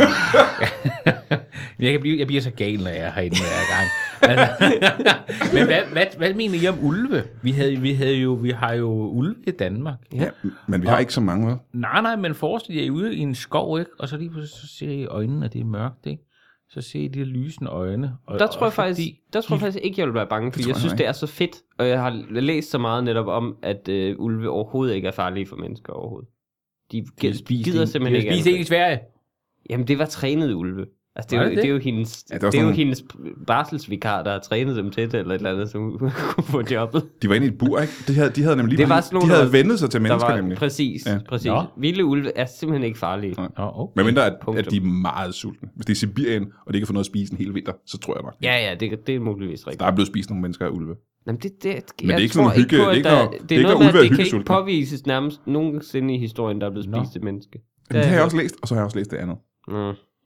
jeg, kan blive, jeg bliver så gal, når jeg er herinde hver gang. Altså, men hvad, hvad, hvad mener I om ulve? Vi, havde, vi, havde jo, vi har jo ulve i Danmark. Ja, men vi har ikke så mange, vel? Nej, nej, men forestil jer, I er ude i en skov, ikke? Og så lige pludselig så ser I i øjnene, at det er mørkt, ikke? Så ser I de her lysende øjne. Og, Der tror jeg og faktisk, fordi der tror jeg de- faktisk ikke, jeg vil være bange, fordi tror jeg jeg synes, ikke. det er så fedt. Og jeg har læst så meget netop om, at øh, ulve overhovedet ikke er farlige for mennesker overhovedet. De, De har gi- spist gider en- simpelthen de har ikke. spist en i Sverige. Jamen, det var trænet ulve. Altså, det er, Var jo, det det? det? det er jo hendes, Ja, ja, det var det er jo sådan- hendes barselsvikar, der har trænet dem til det, eller et eller andet, som kunne få jobbet. De var inde i et bur, ikke? De havde, de havde nemlig Det var lige, sådan nogle, de der havde var- vendet sig til Der mennesker, var, nemlig. præcis, Ja. ja. præcis. Nå. Vilde ulve er simpelthen ikke farlige. Nej. Nå, okay. Men mindre, at, Punktum. at de er meget sultne. Hvis det er Sibirien, og de ikke har fået noget at spise en hel vinter, så tror jeg nok. Ja, ja, det, det er muligvis rigtigt. Der er blevet spist nogle mennesker af ulve. Jamen, det, det, det er jeg ikke sådan tror en hygge- på, det er at ikke der- noget- det det er er ikke noget noget med, ulve at er det kan ikke hyggesultne. påvises nærmest nogensinde i historien, der er blevet Nå. spist et menneske. Jamen, det har jeg også læst, og så har jeg også læst det andet. Mm.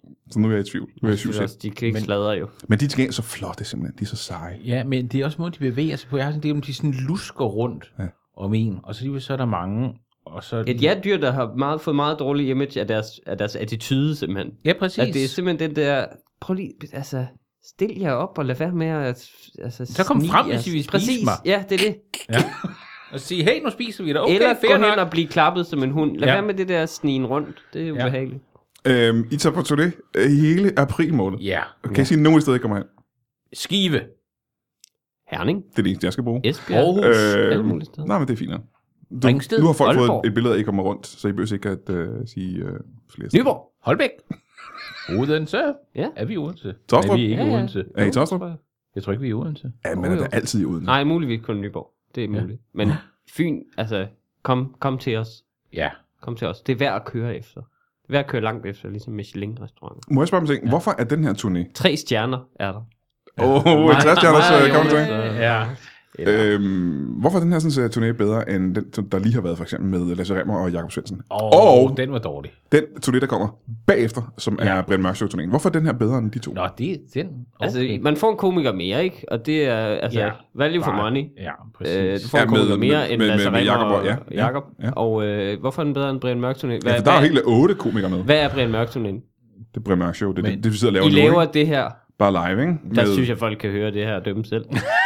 Så nu er jeg i tvivl. Nu er jeg syv Det er også, de kan ikke Men- sladre jo. Men de er til gengæld så flotte simpelthen. De er så seje. Ja, men det er også måde, de bevæger sig på. Jeg har sådan det, om de sådan lusker rundt Ja. ja. om en, og så lige så er der mange, og så... Et ja-dyr, der har meget, fået meget dårlig image af deres, af deres attitude, simpelthen. Ja, præcis. At det er simpelthen den der, prøv lige, altså, stil jer op og lad være med at... Altså, Så kom snige frem, jer. hvis I vil spise Præcis, mig. ja, det er det. Ja. Og sige, hey, nu spiser vi dig. Okay, Eller fair gå hen nok. og blive klappet som en hund. Lad Ja. være med det der snigen rundt. Det er jo Ja. behageligt. Øhm, I tager på turné øh, hele april måned. Ja. Kan I sige, nogen steder, I kommer hen? Skive. Herning, Det er det eneste, jeg skal bruge. Esbjerg, Aarhus. alle Øh, mulige steder. nej, men det er fint. nok. Du, Ringsted. nu har folk Aalborg. fået et billede af, at I kommer rundt, så I behøver ikke at øh, sige øh, flere steder. Nyborg. Holbæk. Odense. Ja. Er vi i Odense? Tostrup? Er vi ikke i Ja, ja. Odense? Er I Tostrup? Jeg tror ikke, vi er i Odense. Ja, men er der altid i Odense. Nej, muligvis kun Nyborg. Det er muligt. Men Fyn, altså, kom, kom til os. Ja. Kom til os. Det er værd at køre efter. Det er værd at køre langt efter, ligesom Michelin-restauranter. Må jeg spørge mig ting? Hvorfor er den her turné? Tre stjerner er der. Åh, oh, et træstjerners meget, uh, gamle meget, ting. Ja. Øhm, hvorfor er den her sådan, turné bedre end den, som der lige har været for eksempel med Lasse Remmer og Jakob Svendsen? Og, Og- den var dårlig. Den turné, der kommer bagefter, som Ja. er Brian Mørk Show-turnéen. Hvorfor er den her bedre end de to? Nå, det er den. Okay. Altså, man får en komiker mere, ikke? Og det er, altså, Ja. value for Bare- money. Ja, præcis. Øh, du får Ja, en komiker med- mere med- end med- Lasse med Remmer Jacob og- og ja, ja, Jacob. ja. Og øh, hvorfor er den bedre end Brian Mørk turné? Hvad, Ja, for der er jo hvad, helt otte komikere med. hvad er Brian Mørk turné? Det er Brian Mørk Show. Det er Men- det, det, vi sidder og laver I nu, laver ikke? det her. Bare live, ikke? Der Med- synes jeg, folk kan høre det her og dømme selv.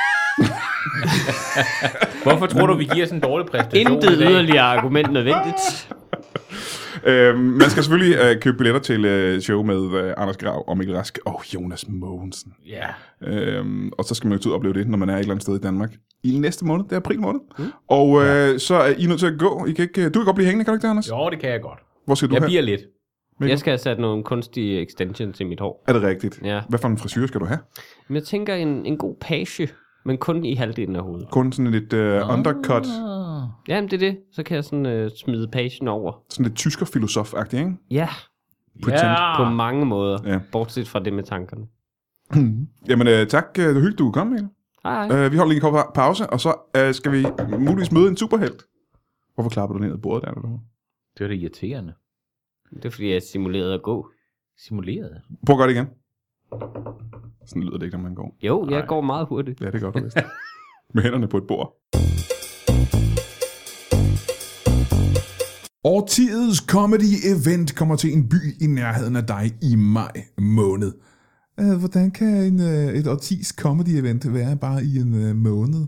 Hvorfor tror du, vi giver sådan en dårlig præstation? Intet i dag? yderligere argument nødvendigt. Øhm, man skal selvfølgelig øh, købe billetter til øh, show med øh, Anders Grav og Mikkel Rask og Jonas Mogensen. Ja. Øhm, og så skal man jo ud og opleve det, når man er et eller andet sted i Danmark. I næste måned, det er april måned. Mm. Og øh, ja. så er I nødt til at gå. I kan ikke, du kan godt blive hængende, kan du ikke det, Anders? Jo, det kan jeg godt. Hvor skal du Jeg hen? bliver lidt. Mikkel? Jeg skal have sat nogle kunstige extensions i mit hår. Er det rigtigt? Ja. Hvad for en frisyr skal du have? Men jeg tænker en, en god page, men kun i halvdelen af hovedet. Kun sådan lidt øh, undercut, Ah. Ja, men det er det. Så kan jeg sådan øh, smide pagen over. sådan lidt tysker-filosof-agtigt, ikke? Ja, Pretend. Ja. på mange måder. Ja. Bortset fra det med tankerne. Jamen øh, tak, øh, det var hyggeligt, du kom, Mikkel. Hej. hej. Øh, vi holder lige en kort pa- pause, og så øh, skal vi muligvis møde en superhelt. Hvorfor klapper du ned ad bordet der? Eller? Det var da irriterende. Det er fordi, jeg simulerede at gå. Simuleret. Prøv at gøre det igen. Sådan lyder det ikke, når man går. Jo, jeg Nej. går meget hurtigt. Ja, det gør du vist. Med hænderne på et bord. Årtidets comedy-event kommer til en by i nærheden af dig i maj måned. Uh, hvordan kan en, uh, et årtis comedy-event være bare i en uh, måned?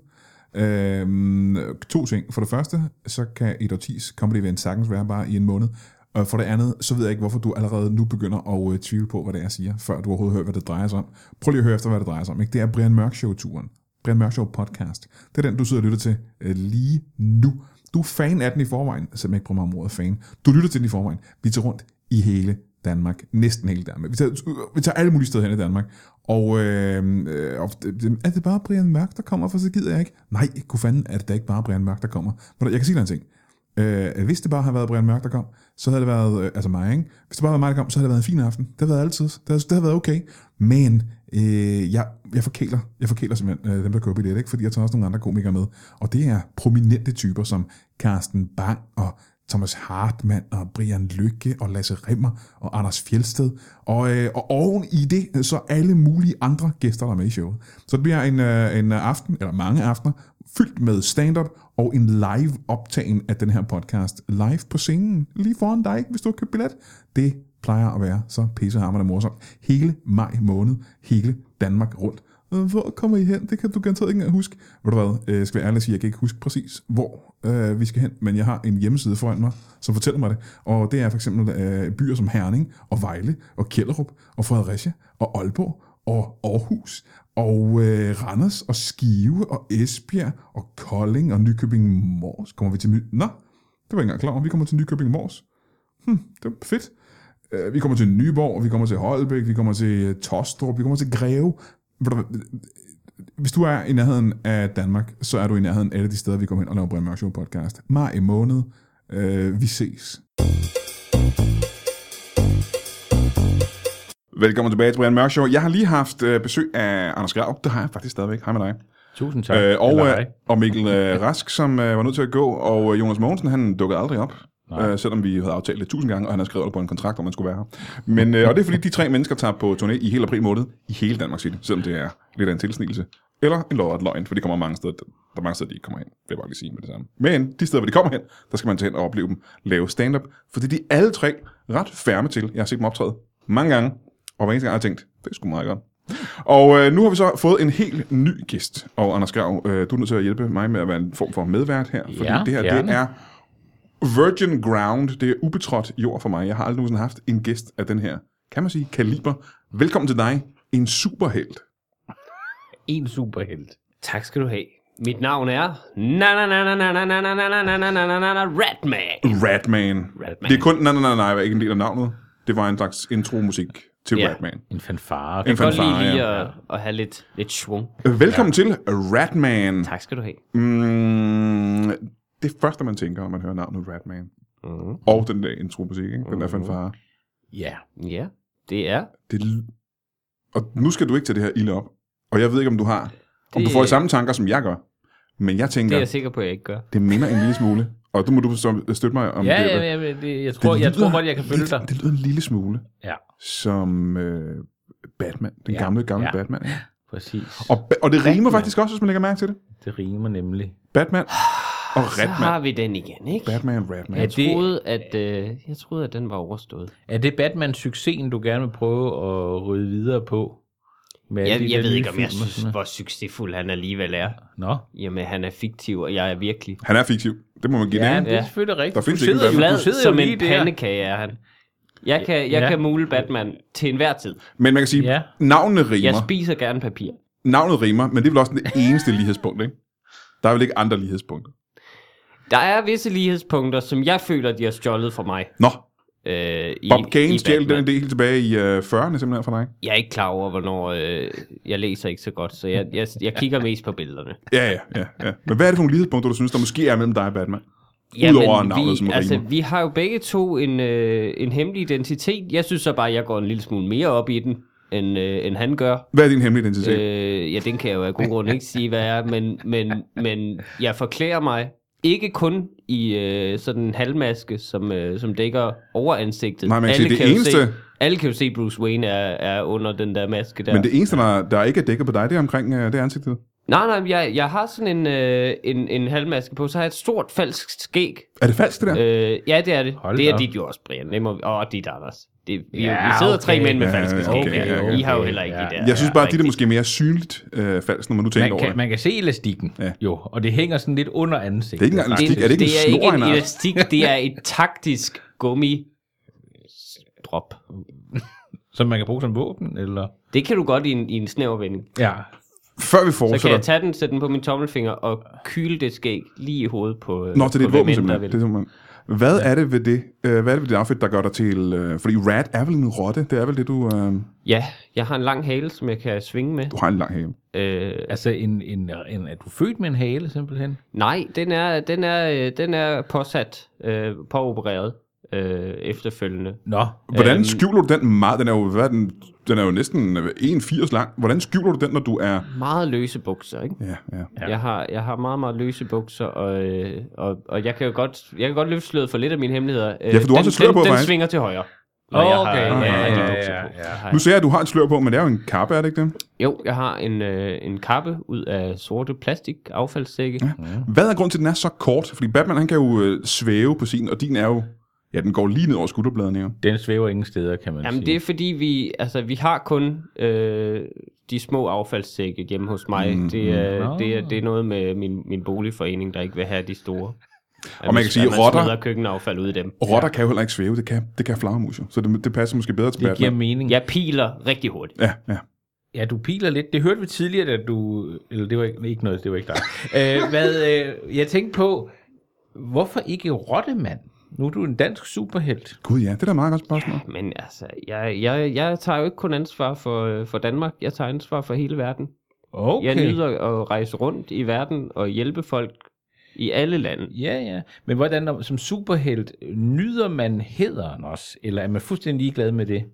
Uh, to ting. For det første, så kan et årtis comedy-event sagtens være bare i en måned. Og for det andet, så ved jeg ikke, hvorfor du allerede nu begynder at uh, tvivle på, hvad det er, jeg siger, før du overhovedet hører, hvad det drejer sig om. Prøv lige at høre efter, hvad det drejer sig om. Ikke? Det er Brian Mørk Show-turen. Brian Mørk Show podcast. Det er den, du sidder og lytter til uh, lige nu. Du er fan af den i forvejen, selvom jeg ikke bruger mig om ordet fan. Du lytter til den i forvejen. Vi tager rundt i hele Danmark. Næsten hele Danmark. Vi tager, vi tager alle mulige steder hen i Danmark. Og øh, øh, er det bare Brian Mørk, der kommer, for så gider jeg ikke? Nej, kunne fanden er det da ikke bare Brian Mørk, der kommer. Jeg kan sige dig en ting. Øh, hvis det bare havde været Brian Mørk, der kom, så havde det været, øh, altså mig, ikke? Hvis det bare var mig, der kom, så havde det været en fin aften. Det havde været altid. Det havde, det havde været okay. Men øh, jeg, jeg forkæler, jeg forkæler simpelthen øh, dem, der køber billet, ikke? Fordi jeg tager også nogle andre komikere med. Og det er prominente typer som Carsten Bang og Thomas Hartmann og Brian Lykke og Lasse Rimmer og Anders Fjeldsted. Og, øh, og oven i det, så alle mulige andre gæster, der er med i showet. Så det bliver en, øh, en aften, eller mange aftener, fyldt med stand-up og en live optagen af den her podcast. Live på scenen, lige foran dig, hvis du har købt billet. Det plejer at være så pissehammerende morsomt. Hele maj måned, hele Danmark rundt. Hvor kommer I hen? Det kan du garanteret ikke engang huske. Ved du hvad, jeg skal være ærlig at sige, jeg kan ikke huske præcis, hvor øh, vi skal hen, men jeg har en hjemmeside foran mig, som fortæller mig det. Og det er for eksempel øh, byer som Herning og Vejle og Kjellerup og Fredericia og Aalborg og Aarhus og øh, Randers og Skive og Esbjerg og Kolding og Nykøbing Mors. Kommer vi til... My- Nå, det var jeg ikke engang klar over. Vi kommer til Nykøbing Mors. Hm, det var fedt. Uh, vi kommer til Nyborg, vi kommer til Holbæk, vi kommer til Tostrup, vi kommer til Greve. Hvis du er i nærheden af Danmark, så er du i nærheden af alle de steder, vi kommer hen og laver Brian Mørk Show podcast. Maj måned. Uh, vi ses. Velkommen tilbage til Brian Mørk Show. Jeg har lige haft uh, besøg af Anders Grav. Det har jeg faktisk stadigvæk. Hej med dig. Tusind tak. Uh, og, Eller uh, hej. og Mikkel uh, Rask, som uh, var nødt til at gå. Og uh, Jonas Mogensen, han dukkede aldrig op. øh, selvom vi havde aftalt det tusind gange, og han har skrevet under på en kontrakt, om man skulle være her. Men, øh, og det er fordi, de tre mennesker tager på turné i hele april måned i hele Danmark City, selvom det er lidt af en tilsnigelse. Eller en lodret løgn, for de kommer mange steder, der er mange steder, de ikke kommer hen. Det vil jeg bare lige sige med det samme. Men de steder, hvor de kommer hen, der skal man tage hen og opleve dem lave stand-up, fordi de er alle tre ret færme til. Jeg har set dem optræde mange gange, og hver eneste gang har jeg tænkt, det er sgu meget godt. Og øh, nu har vi så fået en helt ny gæst, og Anders Grav, øh, du er nødt til at hjælpe mig med at være en form for medvært her, fordi Ja, det her, gerne. det er virgin ground, det er ubetrådt jord for mig. Jeg har aldrig nogensinde haft en gæst af den her, kan man sige, kaliber. Velkommen til dig, en superhelt. En superhelt. Tak skal du have. Mit navn er na na na na na na na na na na na na na na na Ratman. Ratman. Ratman. Det er kun, nej, nej, nej, nej, var ikke en del af navnet. Det var en slags intro-musik til Ja. Ratman. En fanfare. En Jeg kan godt fanfare, lide lige ja. at, at have lidt, lidt svung. Velkommen ja. til Ratman. Tak skal du have. Mm, det første, man tænker, når man hører navnet Ratman. Mm. Og den der intro-musik, ikke? Den der fanfare. Ja. Ja, det er. Det, og nu skal du ikke tage det her ilde op. Og jeg ved ikke, om du har, om Det- du får de samme tanker, som jeg gør. Men jeg Det tænker, er jeg det, sikker på, at jeg ikke gør. det minder en lille smule. Og du må du så støtte mig om Ja, det. ja, ja, men det, jeg tror, jeg tror godt, jeg kan følge lidt, dig. Det lyder en lille smule Ja, som øh, Batman. Den Ja, gamle, gamle ja. Batman. Ikke? præcis. Og, og det rimer Batman. faktisk også, hvis man lægger mærke til det. Det rimer nemlig. Batman og Så Ratman. har vi den igen, ikke? Batman, Ratman. Jeg det- troede, at, øh, jeg troede, at den var overstået. Er det Batman-succesen, du gerne vil prøve at rydde videre på? Med alle Jeg, de jeg der ved nye ikke, om jeg film og synes, sådan hvor succesfuld han alligevel er. noget? Nå. Jamen, han er fiktiv, og jeg er virkelig Han er fiktiv. Det må man give Ja, det. det er Ja. selvfølgelig rigtigt. Der findes du ikke en sidder, jo, Batman. du flad sidder jo som lige en der. pandekage, er han. Jeg kan, jeg Ja. kan mule Batman til enhver tid. Men man kan sige, Ja. navnene Jeg rimer. spiser gerne papir. Navnet rimer, men det er vel også det eneste lighedspunkt, ikke? Der er vel ikke andre lighedspunkter. Der er visse lighedspunkter, som jeg føler, de har stjålet fra mig. Nå, Øh, i, Bob Kane i stjal Batman. den del tilbage i øh, fyrrerne simpelthen fra dig. Jeg er ikke klar over, hvornår øh, jeg læser ikke så godt, så jeg, jeg, jeg kigger mest på billederne. Ja, ja, ja, ja. Men hvad er det for nogle lighedspunkter, du synes, der måske er mellem dig og Batman? Udover navnet, som vi, altså, rimer. vi har jo begge to en, øh, en hemmelig identitet. Jeg synes så bare, at jeg går en lille smule mere op i den, end, øh, end han gør. Hvad er din hemmelige identitet? Øh, ja, den kan jeg jo af god grund ikke sige, hvad er, men, men, men jeg forklæder mig ikke kun i øh, sådan en halvmaske, som, øh, som dækker overansigtet. Nej, man kan sige, det kan jo eneste- Se, alle kan jo se, Bruce Wayne er, er under den der maske der. Men det eneste, der, der ikke er dækket på dig, det er omkring øh, det ansigtet. Nej, nej, jeg, jeg har sådan en, øh, en, en halvmaske på, så har jeg et stort falsk skæg. Er det falsk, det der? Øh, ja, det er det. Hold det da er op. dit jo også, Brian. Det må, og dit, Anders. Det, vi, Ja, vi sidder okay. tre mænd med Ja, falske skæg. okay, her. ja, I har jo okay. heller ikke Ja. de der. Jeg synes bare, at de er rigtig- måske mere synligt øh, falsk, når man nu tænker Man over kan, det. man kan se elastikken, Ja. ja. jo, og det hænger sådan lidt under ansigtet. Det er ikke engang elastik. faktisk. Er det ikke en det er ikke snor, en han har? elastik, det er et taktisk gummi drop. Som man kan bruge som våben, eller? Det kan du godt i en, i en snæver vending. Ja. Før vi Så kan fortsætter... jeg tage den, sætte den på min tommelfinger og kyle det skæg lige i hovedet på, Nå, til det på er et hvem våben end der simpelthen. vil. Det er simpelthen. Hvad er det ved det? Øh, hvad er det ved dit outfit, der gør dig til... Øh, fordi rat er vel en rotte? Det er vel det, du... Øh, Ja, jeg har en lang hale, som jeg kan svinge med. du har en lang hale. Øh, Altså, en, en, en, er du født med en hale, simpelthen? nej, den er, den er, øh, den er påsat, øh, påopereret øh, efterfølgende. Nå. Hvordan Øhm, skjuler du den meget? Den er jo, hvad er den, den er jo næsten en komma firs lang. Hvordan skjuler du den, når du er... Meget løse bukser, ikke? Ja, ja. Ja. Jeg har, jeg har meget, meget løse bukser, og, øh, og, og jeg kan jo godt, jeg kan godt løfte sløret for lidt af mine hemmeligheder. Øh, Ja, for du har den, også et slør den, på, Den faktisk. svinger til højre, når jeg Okay, har, når jeg har ja, de ja, bukser ja, på. ja. Har Nu jeg. ser jeg, at du har et slør på, men det er jo en kappe, er det ikke det? Jo, jeg har en, øh, en kappe ud af sorte plastik affaldssække. Ja. Hvad er grunden til, at den er så kort? Fordi Batman, han kan jo øh, svæve på sin, og din er jo... Ja, den går lige ned over skulderbladene jo. Den svæver ingen steder, kan man Jamen sige. det er fordi, vi, altså, vi har kun øh, de små affaldssække hjemme hos mig. Mm, det, er, mm. det, er, det er noget med min, min boligforening, der ikke vil have de store. At Og man kan vi- sige, at man rotter- smider køkkenaffald ud i dem. Rotter kan jo heller ikke svæve, det kan, det kan flagermus jo. Så det, det passer måske bedre til Det giver Batman. mening. Jeg piler rigtig hurtigt. Ja, ja. Ja, du piler lidt. Det hørte vi tidligere, at du... Eller det var ikke, ikke noget, det var ikke dig. øh, hvad, øh, jeg tænkte på, hvorfor ikke rottemand? Nu er du en dansk superhelt. Gud ja, det er da meget godt spørgsmål. Men altså, jeg, jeg, jeg tager jo ikke kun ansvar for, øh, for Danmark. Jeg tager ansvar for hele verden. Okay. Jeg nyder at rejse rundt i verden og hjælpe folk i alle lande. Ja, ja. Men hvordan, når- som superhelt, nyder man hæderen også? Eller er man fuldstændig ligeglad med det?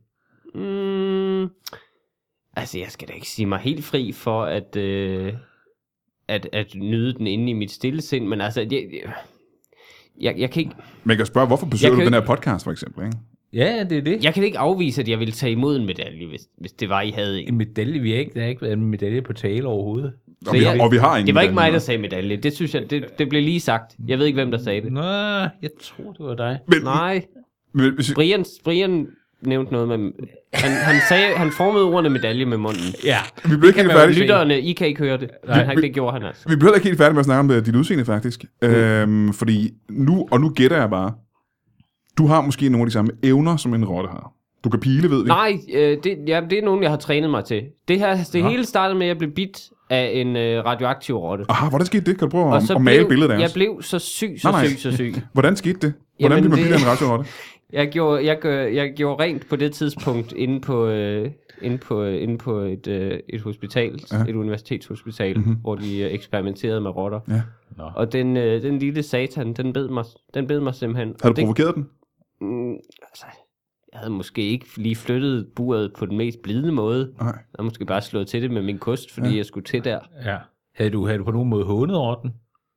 Mm, altså, jeg skal da ikke sige mig helt fri for at, øh, at, at nyde den inde i mit stille sind, men altså, jeg, jeg, Jeg, jeg, kan ikke, Man kan spørge, hvorfor besøger Jeg du kan den her podcast, for eksempel, ikke? Ja, det er det. jeg kan ikke afvise, at jeg ville tage imod en medalje, hvis, hvis det var, I havde en. En medalje, vi har ikke, der har ikke været en medalje på tale overhovedet. Og vi, jeg- og vi har ingen Det var ikke mig, medalje. der sagde medalje. Det synes jeg, det, det blev lige sagt. Jeg ved ikke, hvem der sagde det. Nå, jeg tror, det var dig. Men, Nej, men, hvis, Brian, Brian nævnte noget med... Han, han, sagde, han formede ordene medalje med munden. Ja. vi bliver ikke helt færdige. Lytterne, I kan ikke høre det. Men han, det gjorde han altså. Vi bliver heller ikke helt færdige med at snakke om det, dit udseende, faktisk. Mm. Øhm, fordi nu, og nu gætter jeg bare, du har måske nogle af de samme evner, som en rotte har. Du kan pile, ved vi. Nej, øh, det, ja, det er nogen, jeg har trænet mig til. Det her, det Nå. hele startede med, at jeg blev bidt af en øh, radioaktiv rotte. Aha, hvordan skete det? Kan du prøve Og at, så at male blev, billedet af jeg os? blev så syg, så Nej, nej. syg, så syg. Hvordan skete det? Hvordan Jamen, bliver man det- bidt af en radiorotte? Jeg gjorde, jeg, gør, jeg gjorde rent på det tidspunkt inde på, øh, inde på, inde på et, øh, et hospital, Ja. ja. et universitetshospital, Mhm. mm-hmm. hvor de øh, eksperimenterede med rotter. Ja. Nå. Og den, øh, den lille satan, den bed mig, den bed mig simpelthen. Har Og du det, provokeret den? mm, altså, jeg havde måske ikke lige flyttet buret på den mest blide måde. Nej. Jeg havde måske bare slået til det med min kost, fordi Ja. ja. jeg skulle til der. Ja. Havde du, havde du på nogen måde hånet over den?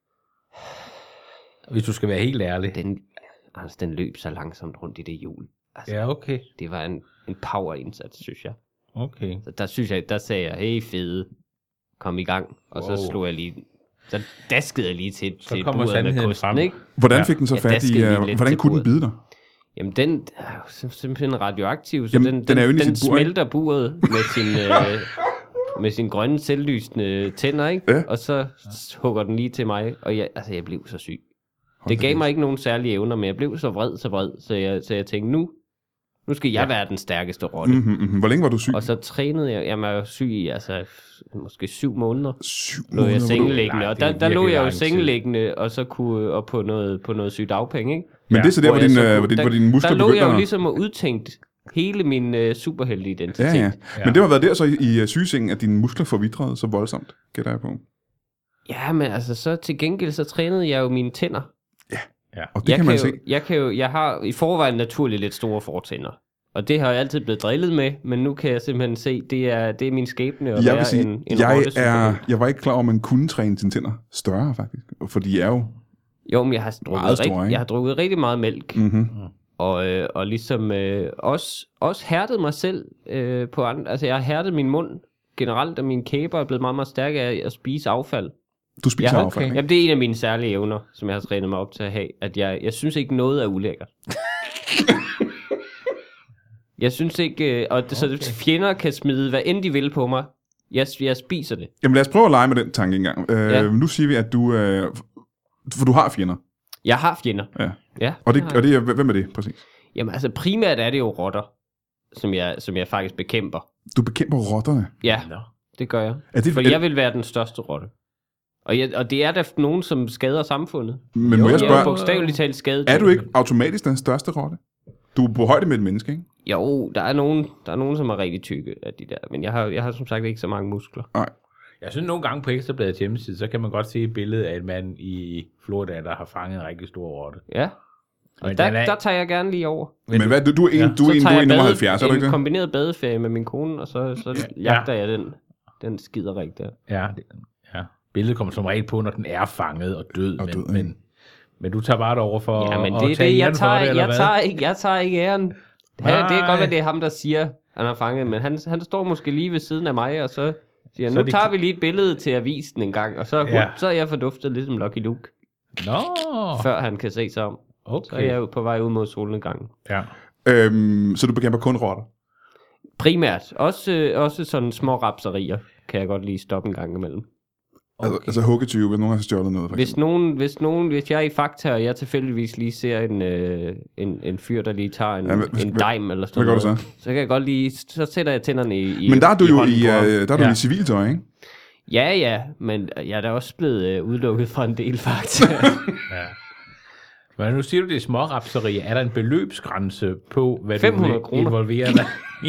Hvis du skal være helt ærlig. Den, altså, den løb så langsomt rundt i det hjul. Altså, Ja, okay. det var en, en power-indsats, synes jeg. Okay. Så der synes jeg, der sagde jeg, hey fede, kom i gang. Og Wow. så slog jeg lige, så daskede jeg lige til, Så til kommer buret med sandheden kosten, frem. ikke? Hvordan Ja. fik den så Ja, fat der i... skal lige Uh, lidt hvordan til kunne den bordet. bide dig? Jamen, den er jo sim- simpelthen radioaktiv, så Jamen, den, den den, er jo den, inde i den sit bur, ikke? smelter buret med sin, øh, med sin grønne selvlysende tænder, ikke? Ja. Og så s- hugger den lige til mig, og jeg, altså, jeg blev så syg. Hold Det da gav kæft. mig ikke nogen særlige evner, men jeg blev så vred, så vred, så jeg, så jeg tænkte, nu, nu skal jeg Ja. være den stærkeste rotte. Mhm, mhm. Hvor længe var du syg? Og så trænede jeg, jamen jeg var syg i, altså, f- måske syv måneder. Syv Lå jeg måneder, hvor du- sengeliggende, Nej, og det er der, der lå virkelig jeg jo lang tid. sengeliggende, og så kunne og på noget, på noget sygedagpenge, ikke? Men Ja. det er så der, hvor, Hvor jeg din, så øh, kunne- hvor, din, der- hvor dine muskler Der lå begynder jeg jo at- ligesom og udtænkt hele min øh, superhelteidentitet. Ja, ja. Ja. Men det har været der så i, i øh, sygesengen, at dine muskler forvitrede så voldsomt, gætter jeg på. Ja, men altså så til gengæld, så trænede jeg jo mine tænder. Og det jeg kan man jo, se. Jeg, kan jo, jeg har i forvejen naturligt lidt store fortænder. Og det har jeg altid blevet drillet med, men nu kan jeg simpelthen se, det er, det er min skæbne at Jeg være vil sige, en, en jeg, er, rottesuperhelt. jeg var ikke klar over, at man kunne træne sine tænder større, faktisk. For de er jo... Jo, men jeg har, Meget drukket, store, rigt, ikke? jeg har drukket rigtig meget mælk. Mm-hmm. Og, øh, og ligesom øh, også, også hærdet mig selv øh, på andre. Altså jeg har hærdet min mund generelt, og mine kæber er blevet meget, meget stærke af at spise affald. Du spiser Ja, affald, ikke? Jamen det er en af mine særlige evner, som jeg har trænet mig op til at have. At jeg, jeg synes ikke noget er ulækkert. Jeg synes ikke, øh, og det, så Okay. fjender kan smide hvad end de vil på mig. Jeg, jeg spiser det. Jamen lad os prøve at lege med den tanke engang. Øh, Ja. Nu siger vi, at du... Øh, for du har fjender. Jeg har fjender. Ja. Ja, Og det, har og jeg. det er, hvem er det præcis? Jamen altså primært er det jo rotter, som jeg, som jeg faktisk bekæmper. Du bekæmper rotterne. Ja, Nå. det gør jeg. Er det, For er, jeg vil være den største rotte. Og, jeg, og det er da nogen, som skader samfundet. men må Jo, jeg Jeg er spørge, bogstaveligt talt skadet. er du ikke automatisk den største rotte? Du er på højde med et menneske, ikke? Jo, der er nogen, der er nogen, som er rigtig tykke af de der. Men jeg har, jeg har som sagt ikke så mange muskler. Nej. Jeg synes nogle gange på Ekstrabladets hjemmeside, så kan man godt se et billede af en mand i Florida, der har fanget en rigtig stor rotte. Ja. Og Men der, den er- der tager jeg gerne lige over. Men, men hvad, du, du er en, Ja. du er Så en, du tager er jeg en nummer bade- halvfjerds, er du en ikke det? kombineret badeferie med min kone, og så, så jagter jeg den, den skiderik der. Ja, det, ja. Billedet kommer som regel på, når den er fanget og død. Og men, død, ikke? men, men du tager bare over for Ja, men at, det at er tage det, jeg æren for tager, det, eller jeg, hvad? tager ikke, jeg tager ikke æren. Ja, det kan Nej. godt være, det er ham, der siger, han har fanget, men han, han står måske lige ved siden af mig, og så siger han, Så nu det- tager vi lige et billede til avisen en gang, og så, Ja. ja. så er jeg forduftet ligesom Lucky Luke, Nå, før han kan se sig om. okay. Så er jeg jo på vej ud mod solnedgangen. Ja. Øhm, så du bekæmper kun rotter? Primært. Også, øh, også sådan små rapserier kan jeg godt lige stoppe en gang imellem. Okay. Altså, altså huggetyve, hvis nogen har stjålet noget, for Hvis eksempel. nogen, hvis nogen, hvis jeg er i Fakta, og jeg tilfældigvis lige ser en, øh, en, en fyr, der lige tager en, Ja, ja, hvad- en hvad- dime eller sådan hvad gør du noget, så? så kan jeg godt lige, så sætter jeg tænderne i, i Men der er du i jo hånden i, på ham. øh, der er du Ja. i civiltøj, ikke? Ja, ja, men jeg er da også blevet øh, udelukket fra en del Fakta. Ja. Men nu siger du, det er smårapserier. Er der en beløbsgrænse på, hvad fem hundrede du vil kroner. involvere dig i?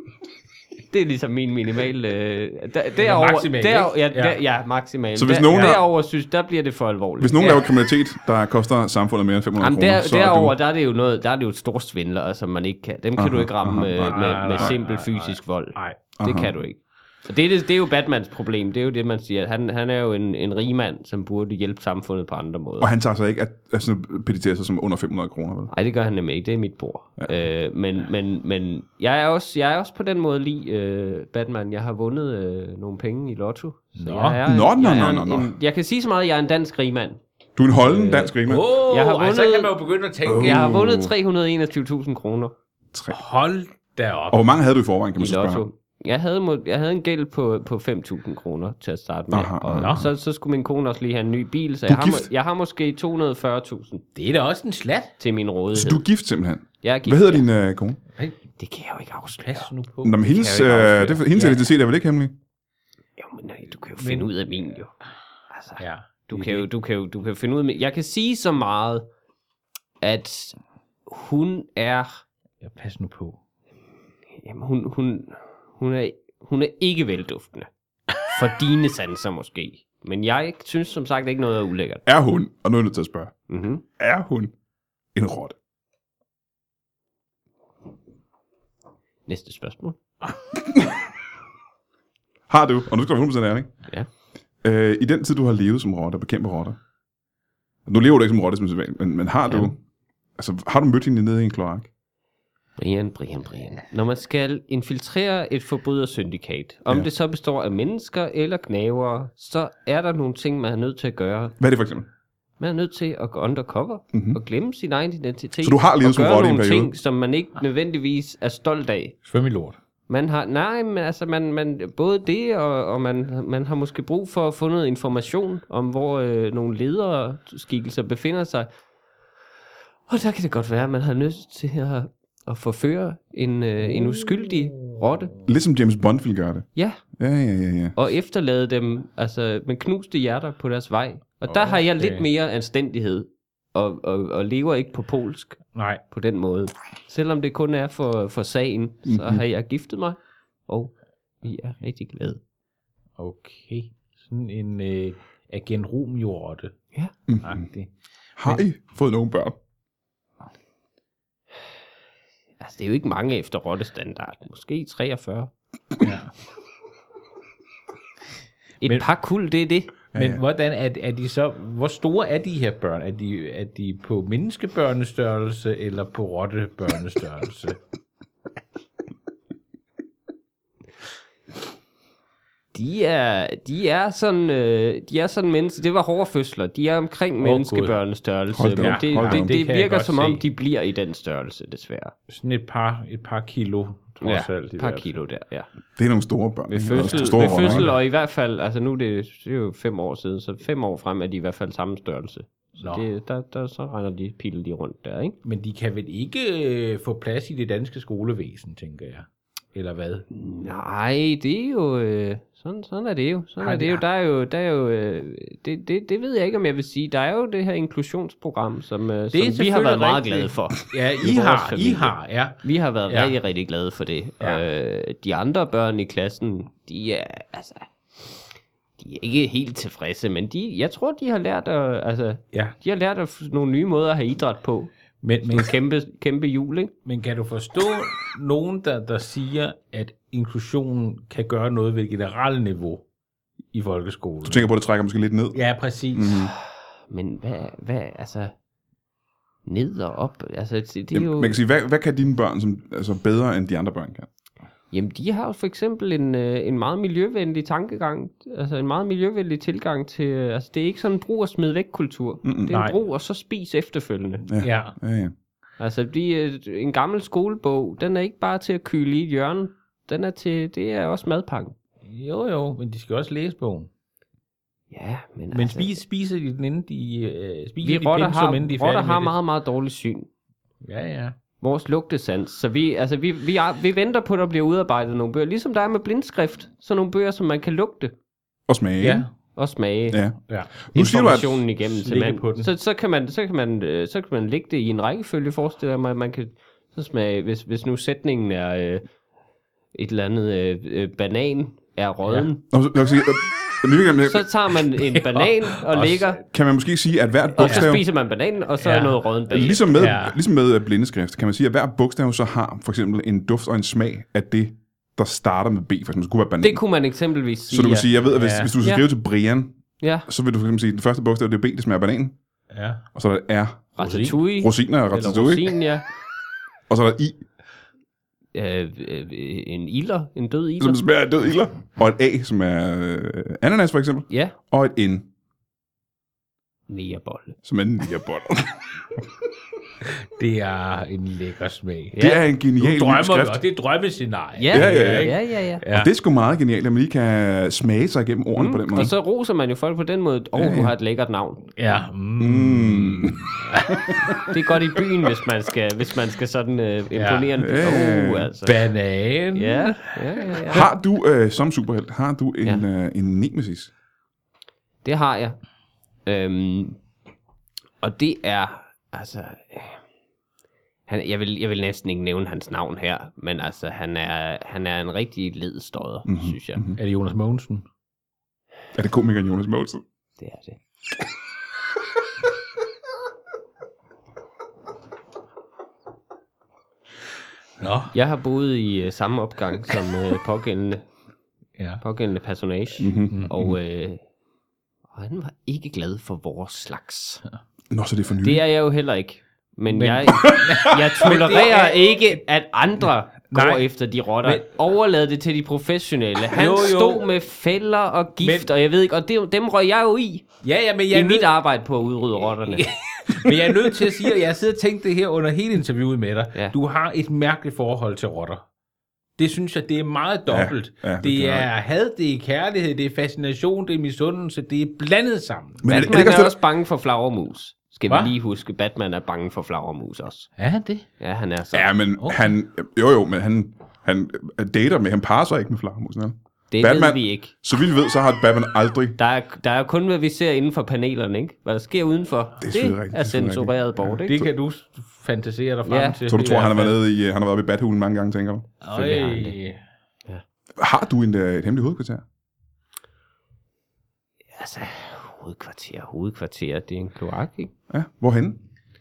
Det er ligesom min minimal... Øh, der, derover, maksimal, der, ja, ikke? der, Ja. ja, maksimal. Så hvis der, nogen har- derover synes, der bliver det for alvorligt. Hvis nogen ja. laver kriminalitet, der koster samfundet mere end fem hundrede Jamen, kroner, der, så derover, er du... der er det jo noget, der er det jo et stort svindler, som man ikke kan. Dem kan Aha, du ikke ramme aha, med, nej, med, nej, med nej, simpel nej, fysisk vold. Nej. Det Aha. kan du ikke. Og det, det, det er jo Batmans problem. Det er jo det, man siger. Han, han er jo en, en rig mand, som burde hjælpe samfundet på andre måder. Og han tager så ikke at, at sådan pediterer sig som under fem hundrede kroner, vel? Nej, det gør han nemlig ikke. Det er mit bord. Ja. Øh, men, men, men jeg er også, jeg er også på den måde lige øh, Batman. Jeg har vundet øh, nogle penge i Lotto. Så Nå. jeg er, Nå, nå, jeg er nå, nå, en, nå. en, jeg kan sige så meget, at jeg er en dansk rigmand. Du er en holden dansk rigmand. Åh, Jeg har oh, altså vundet- kan man jo begynde at tænke, Jeg har vundet tre hundrede og enogtyve tusind kroner Tre. hold da op. Og hvor mange havde du i forvejen, kan man i så spørge? Lotto. Jeg havde, må, jeg havde en gæld på, på fem tusind kroner til at starte med, Aha, og aha. så, så skulle min kone også lige have en ny bil, så Du er jeg har, gift? må, jeg har måske to hundrede og fyrre tusind Det er da også en slat. til min rådighed. Så du er gift simpelthen? Jeg er gift, Hvad hedder ja. din øh, kone? Det kan jeg jo ikke afsløre. Pas nu på. Nå, men hendes, kan øh, jeg jo ikke det, afsløre. hendes Ja. identitet er vel ikke hemmelig? Jo, men nej, du kan jo finde Men- ud af min jo. Altså, Ja. du, det kan er jo, det. du, kan jo, du kan jo finde ud af min. Jeg kan sige så meget, at hun er... Ja, pas nu på. Jamen, hun, hun, hun, er, hun er ikke velduftende. For dine sanser måske. Men jeg synes som sagt ikke noget er ulækkert. Er hun, og nu er jeg nødt til at spørge, Mm-hmm. er hun en rotte? Næste spørgsmål. Har du, og nu skal du være hundrede procent ærlig, Ja. øh, i den tid, du har levet som rotte og bekæmpet rotter, nu lever du ikke som rotte, som sædvanligt, men, men har du, Ja. altså, har du mødt hende nede i en kloak? Brian, Brian, Brian. Når man skal infiltrere et forbrydersyndikat, om Ja. det så består af mennesker eller knævere, så er der nogle ting, man er nødt til at gøre. Hvad er det for eksempel? Man er nødt til at gå undercover Mhm. og glemme sin egen identitet. Så du har levet og som gøre rotte i en nogle periode? ting, som man ikke nødvendigvis er stolt af. Svøm i lort. Man har, nej, men altså, man, man, både det, og, og man, man har måske brug for at få noget information om, hvor øh, nogle lederskikkelser befinder sig. Og der kan det godt være, at man har lyst til at, at forføre en, øh, en uskyldig rotte. Lidt som James Bond ville gøre det. Ja, Ja, ja, ja, ja. og efterlade dem altså, med knuste hjerter på deres vej. Og der har jeg lidt Okay. mere anstændighed, og, og, og lever ikke på polsk Nej. på den måde. Selvom det kun er for, for sagen, mm-hmm. så har jeg giftet mig, og vi er rigtig glade. Okay. Sådan en øh, agent Romeo-rotte. Ja. Agtig. Har I fået nogle børn? Altså, det er jo ikke mange efter rottestandard. Måske treogfyrre. Ja. Et Men- par kul, det er det. Men ja. hvordan er, er de så, hvor store er de her børn? Er de, er de på menneskebørnestørrelse eller på rottebørnestørrelse? De er, de er sådan, øh, de er sådan mennesker. Det var hårde fødsler. De er omkring Åh, menneskebørnestørrelse. Hold da Men op, det, hold da det, op. det, Det kan jeg virker godt som om, se. de bliver i den størrelse, desværre. Sådan et par, et par kilo, trods Ja, alt. i et par hvert fald. kilo der, ja. Det er nogle store børn. Ved ikke? Og fødsel, store ved rotter, fødsel ikke? og i hvert fald, altså nu er det, det er jo fem år siden, så fem år frem er de i hvert fald samme størrelse. Så Nå. det, der, der, så regner de piler de rundt der, ikke? Men de kan vel ikke øh, få plads i det danske skolevæsen, tænker jeg. Eller hvad? Nej, det er jo, øh, sådan, sådan er det jo. Sådan Ej, er det jo, ja. der er jo, der er jo, øh, det, det, det ved jeg ikke, om jeg vil sige. Der er jo det her inklusionsprogram, som, øh, som vi har selvfølgelig været meget rigtigt. glade for. Ja, I vores har, I familie. har, ja. Vi har været Ja. ja. rigtig, rigtig glade for det. Ja. Ja. Øh, de andre børn i klassen, de er, altså, de er ikke helt tilfredse, men de, jeg tror, de har lært at, altså, ja. de har lært at f- nogle nye måder at have idræt på. Men, men, En kæmpe, kæmpe jul, ikke? men kan du forstå nogen, der, der siger, at inklusion kan gøre noget ved det generelle niveau i folkeskolen? Du tænker på, at det trækker måske lidt ned? Ja, præcis. Mhm. Men hvad, hvad, altså, ned og op, altså, det, det er Jamen, jo... man kan sige, hvad, hvad kan dine børn som, altså bedre, end de andre børn kan? Jamen, de har jo for eksempel en, øh, en meget miljøvenlig tankegang, altså en meget miljøvenlig tilgang til, øh, altså det er ikke sådan en brug og smid væk kultur. Mm-mm. Det er Nej. en brug og så spis efterfølgende. Ja. Ja. Ja, ja. Altså de, øh, en gammel skolebog, den er ikke bare til at kyle i et hjørne, den er til, det er også madpakken. Jo, jo, men de skal også læse bogen. Ja, men, Men altså, spis, spiser de den, inden de, øh, spiser vi de rotter pensum, har, inden de er rotter færdige har med meget, meget dårlig syn. det? Ja, ja. Vores lugtesans. Så vi, altså vi, vi, er, vi venter på, at der bliver udarbejdet nogle bøger. Ligesom der er med blindskrift. Så nogle bøger, som man kan lugte Og smage. Ja, og smage. Ja. ja. Nu siger du, at Informationen igennem til Slikke mand. på den. Så, så, kan man, så, kan man, øh, så kan man lægge det i en rækkefølge, forestiller mig, man kan så smage, hvis, hvis nu sætningen er øh, et eller andet øh, øh, banan er råden, Nå, så- jeg kan sige, øh, nu kan man- så tager man en banan og Også- lægger, kan man måske sige, at hvert og så bogstav, spiser man bananen, og så Ja. er noget råden bag. ligesom med, Ja. ligesom med øh, blindeskrift, kan man sige, at hver bogstav så har for eksempel en duft og en smag af det, der starter med B, for eksempel. Det kunne være banan. Det kunne man eksempelvis sige. Så du kan sige, jeg ved, at hvis, Ja. hvis du skal Ja. skrive til Brian, Ja. så vil du for eksempel sige, at det første bogstav, det er B, det smager banan. Ja. Og så er der R. Ratatouille. Rosiner og Eller ratatouille. rosin, ja. Og så er der I, Øh, øh, en ilder. En død ilder. som smager af død ilder. Og et A, som er øh, ananas for eksempel. Ja. Og et N, Negerbolle. som er nigerboller. Det er en lækker smag. Ja. Det er en genial Du ny drømmer, skrift. og det er drømmescenarie. Ja, Ja, ja, ja, ja. ja. ja, ja, ja. Ja. Og det er sgu meget genialt, at man lige kan smage sig igennem ordene mm, på den måde. Og så roser man jo folk på den måde. Åh, oh, Ja, ja. du har et lækkert navn. Ja. Mm. Mm. Det er godt i byen, hvis man skal, hvis man skal sådan øh, imponere en by. Ja. Oh, altså. Banan. Ja, ja, ja, ja. Har du, øh, som superhelt, har du en, Ja. øh, en nemesis? Det har jeg. Øhm, og det er, altså... øh, Han, jeg, vil, jeg vil næsten ikke nævne hans navn her, men altså, han er, han er en rigtig ledstøder, mm-hmm, synes jeg. Mm-hmm. Er det Jonas Mogensen? Er det komikeren Jonas Mogensen? Det er det. Nå. Jeg har boet i uh, samme opgang som uh, pågældende, Ja. pågældende personage, Mm-hmm. og, øh, og han var ikke glad for vores slags. Nå, så det er for nylig. Det er jeg jo heller ikke. Men, Men- men jeg, jeg tolererer er- ikke, at andre går Nej. efter de rotter. Men- Overlad det til de professionelle. Han Jo, jo. stod med fælder og gift, Men- og jeg ved ikke, og det, dem røg jeg jo i, Ja, ja, men i jeg er mit nødt, arbejde på at udrydde rotterne. men jeg er nødt til at sige, at jeg sidder og tænkt det her under hele interviewet med dig. Ja. Du har et mærkeligt forhold til rotter. Det synes jeg, det er meget dobbelt. Ja, ja, det det kan er jeg. had, det er kærlighed, det er fascination, det er misundelse, det er blandet sammen. Men er det, er det Batman ikke er også også bange for flagermus. Skal Hva? vi lige huske, Batman er bange for flagermus også. Er han det? Ja, han er så. Ja, men Okay. han... Jo, jo, men han, han dater med... Han parer sig ikke med flagermusen. vel? det Batman- ved vi ikke. Så vidt vi ved, så har Batman aldrig... Der er, der er kun, hvad vi ser inden for panelerne, ikke? Hvad der sker udenfor, Det er det, selvfølgelig det rigtigt, er det er selvfølgelig censureret bort, ikke? Det kan du fantasere dig frem Ja. til. Så du i tror, han har hvert været fald. nede i... Han har været ved Bathulen mange gange, tænker du? Selvfølgelig har han det. Øj. Har du en, øh, et hemmeligt hovedkvarter? Altså, hovedkvarter, hovedkvarter, det er en kloak, ikke? Ja, hvorhenne?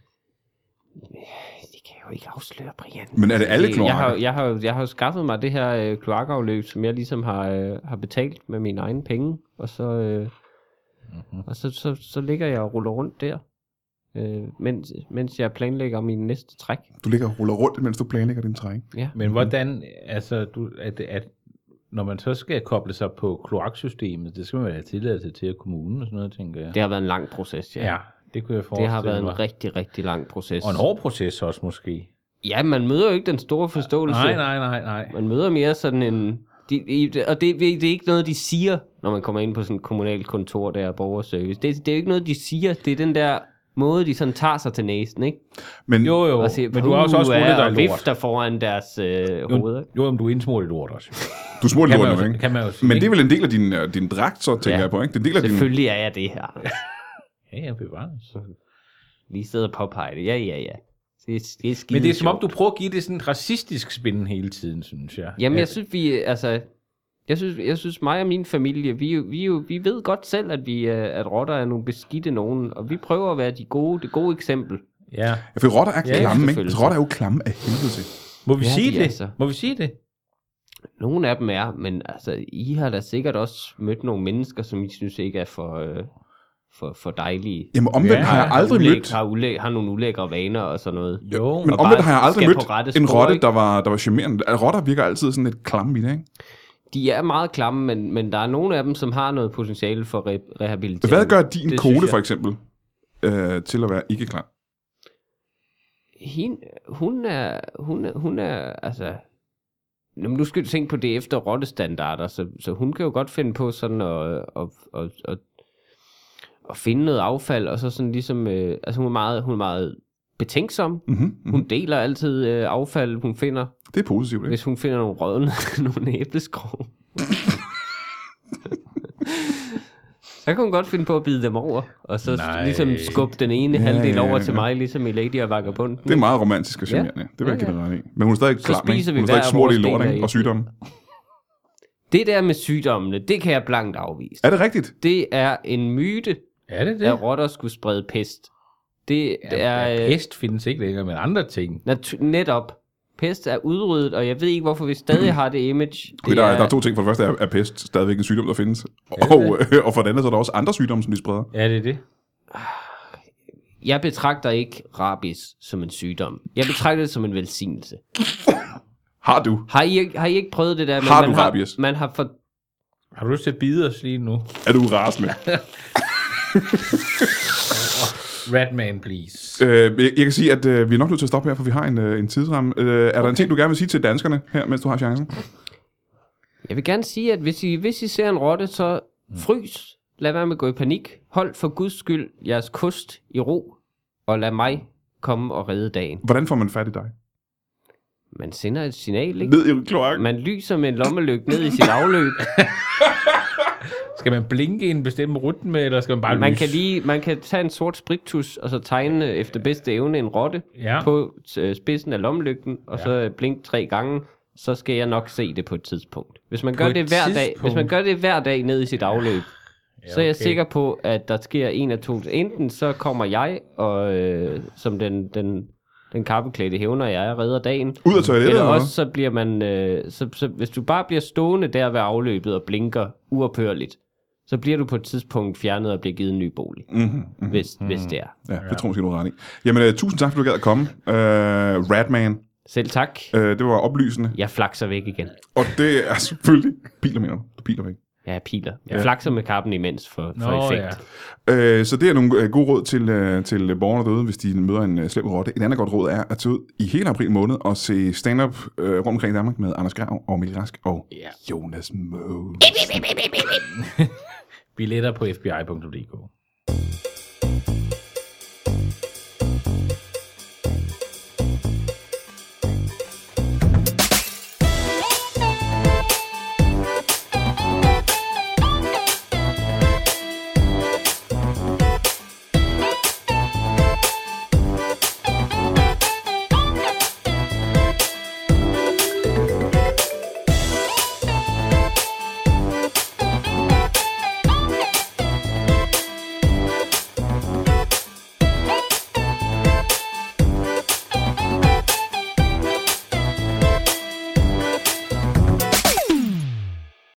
Det kan jeg jo ikke afsløre, Brian. Men er det alle jeg kloakker? har, jeg, har, jeg har jo skaffet mig det her øh, kloakafløb, som jeg ligesom har, øh, har betalt med mine egne penge, og så, øh, mm-hmm. og så, så, så ligger jeg og ruller rundt der, øh, mens, mens jeg planlægger min næste træk. Du ligger og ruller rundt, mens du planlægger din træk. Ja. Men hvordan, altså, du, at, at, når man så skal koble sig på kloaksystemet, det skal man vel have tilladelse til af kommunen og sådan noget, tænker jeg. Det har været en lang proces, ja. Ja, det kunne jeg forestille Det har været mig. en rigtig, rigtig lang proces. Og en hård proces også måske. Ja, man møder jo ikke den store forståelse. Nej, nej, nej, nej. Man møder mere sådan en... De, de, og det, det er ikke noget, de siger, når man kommer ind på sådan et kommunalt kontor, der er borgerservice. Det, det er jo ikke noget, de siger. Det er den der måde, de sådan tager sig til næsen, ikke? Men, Jo, jo, Og siger, men du har også også "Uh, rullet dig og i lort. vifter foran deres øh, hoveder. Jo, jo, men du er indsmurt i lort også. du smurt Kan lort man nu, jo- ikke? kan man jo sige, Men det er ikke? vel en del af din, øh, din dragt, så tænker Ja. jeg på, ikke? Det er en del af din... Selvfølgelig er jeg det her. Ja, ja, bevares. Lige sidder og påpeger det. Ja, ja, ja. Det, er- det er skide Men det er som om, sjovt. du prøver at give det sådan en racistisk spin hele tiden, synes jeg. Jamen, Ja. jeg synes, vi... Altså, jeg synes, jeg synes mig og min familie, vi, er jo- vi, er jo- vi ved godt selv, at, vi, øh, at rotter er nogle beskidte nogen, og vi prøver at være de gode, det gode eksempel. Ja. Ja, for rotter er Ja, klamme, ikke? selvfølgelig. Så rotter er jo klamme af helvede til. Må vi Ja, sige de er det? altså. Må vi sige det? Nogle af dem er, men altså, I har da sikkert også mødt nogle mennesker, som I synes ikke er for, øh, for, for dejlige. Jamen omvendt Ja, har jeg aldrig Ulæg, mødt... har, ulæg, har nogle ulækre vaner og sådan noget. Jo. Men og omvendt bare har jeg aldrig skal mødt på rette en spor, rotte, ikke? der var, der var charmerende. Altså, rotter virker altid sådan lidt klamme i det, ikke? De er meget klamme, men, men der er nogle af dem, som har noget potentiale for re- rehabilitering. Hvad gør din Det kone synes jeg. for eksempel øh, til at være ikke klam? Hende, hun er, hun er, hun er, altså... Jamen, nu skal du tænke på det efter rottestandarder, så, så hun kan jo godt finde på sådan at, at, at, at, at finde noget affald, og så sådan ligesom, øh, altså hun er meget, hun er meget betænksom. Mm-hmm, mm-hmm. Hun deler altid øh, affald, hun finder, Det er positivt, ikke? hvis hun finder nogle rødne, nogle æbleskrog. Så kan hun godt finde på at bide dem over, og så Nej. ligesom skubbe den ene Ja, halvdel ja, over ja. til mig, ligesom i Lady og Vagabunden. Det er meget romantisk og charmerende. Det vil jeg Ja, give dig ret i. Men hun er stadig Så klam, ikke? spiser vi Hun er stadig hver smurt i vores lort, del af ikke? Og æblet. sygdomme. Det der med sygdommene, det kan jeg blankt afvise. Er det rigtigt? Det er en myte, Er det det? at rotter skulle sprede pest. Det, det Ja, er ja, øh, pest findes ikke længere, men andre ting. nat- netop. Pest er udryddet, og jeg ved ikke, hvorfor vi stadig har det image. Okay, Det der, er, er, der er to ting. For det første er, er pest stadigvæk en sygdom, der findes. Og, øh, og for det andet så er der også andre sygdomme, som de spreder. Ja, det er det. Jeg betragter ikke rabies som en sygdom. Jeg betragter det som en velsignelse. Har du? Har I, ikke- har I ikke prøvet det der? Har man du rabies? Har, man har for... Har du lyst til at bide os lige nu? Er du rasende? Ratman, please. øh, jeg, jeg kan sige, at øh, vi er nok nødt til at stoppe her, for vi har en, øh, en tidsramme. Øh, er der en ting, du gerne vil sige til danskerne her, mens du har chancen? Jeg vil gerne sige, at hvis I, hvis I ser en rotte, så frys. Lad være med at gå i panik. Hold for guds skyld jeres kost i ro, og lad mig komme og redde dagen. Hvordan får man fat i dig? Man sender et signal, ikke? Ned i kloakken. Man lyser med en lommelygte ned i sit afløb. Skal man blinke i en bestemt rytme, eller skal man bare Man lyse? kan lige, man kan tage en sort sprittus, og så tegne efter bedste evne en rotte Ja. på øh, spidsen af lommelygten, og Ja. så øh, blink tre gange, så skal jeg nok se det på et tidspunkt. Hvis man gør et det hver dag, tidspunkt? hvis man gør det hver dag ned i sit afløb, Ja, så er jeg okay. sikker på, at der sker en af to. Enten så kommer jeg, og øh, som den, den, den kappeklædte hævner, jeg er, redder dagen. Ud af toilettet, Eller eller også så bliver man, øh, så, så, hvis du bare bliver stående der ved afløbet og blinker uophørligt, så bliver du på et tidspunkt fjernet og bliver givet en ny bolig, Mm-hmm, mm-hmm. hvis, mm. hvis det er. Ja, det tror jeg måske, du har ret i. Jamen, uh, tusind tak, fordi du gad at komme. Uh, Ratman, Selv tak. uh, det var oplysende. Jeg flakser væk igen. Og det er selvfølgelig... Piler, mener du? Du piler væk. Jeg er piler. Jeg flakser med kappen imens for, for Nå, effekt. ja. Uh, så det er nogle uh, gode råd til, uh, til borgerne derude, hvis de møder en uh, slem rotte. Et andet godt råd er at tage ud i hele april måned og se stand-up uh, rundt omkring i Danmark med Anders Grav og Mikkel Rask og Ja. Jonas Moe. Billetter på f b i punktum d k.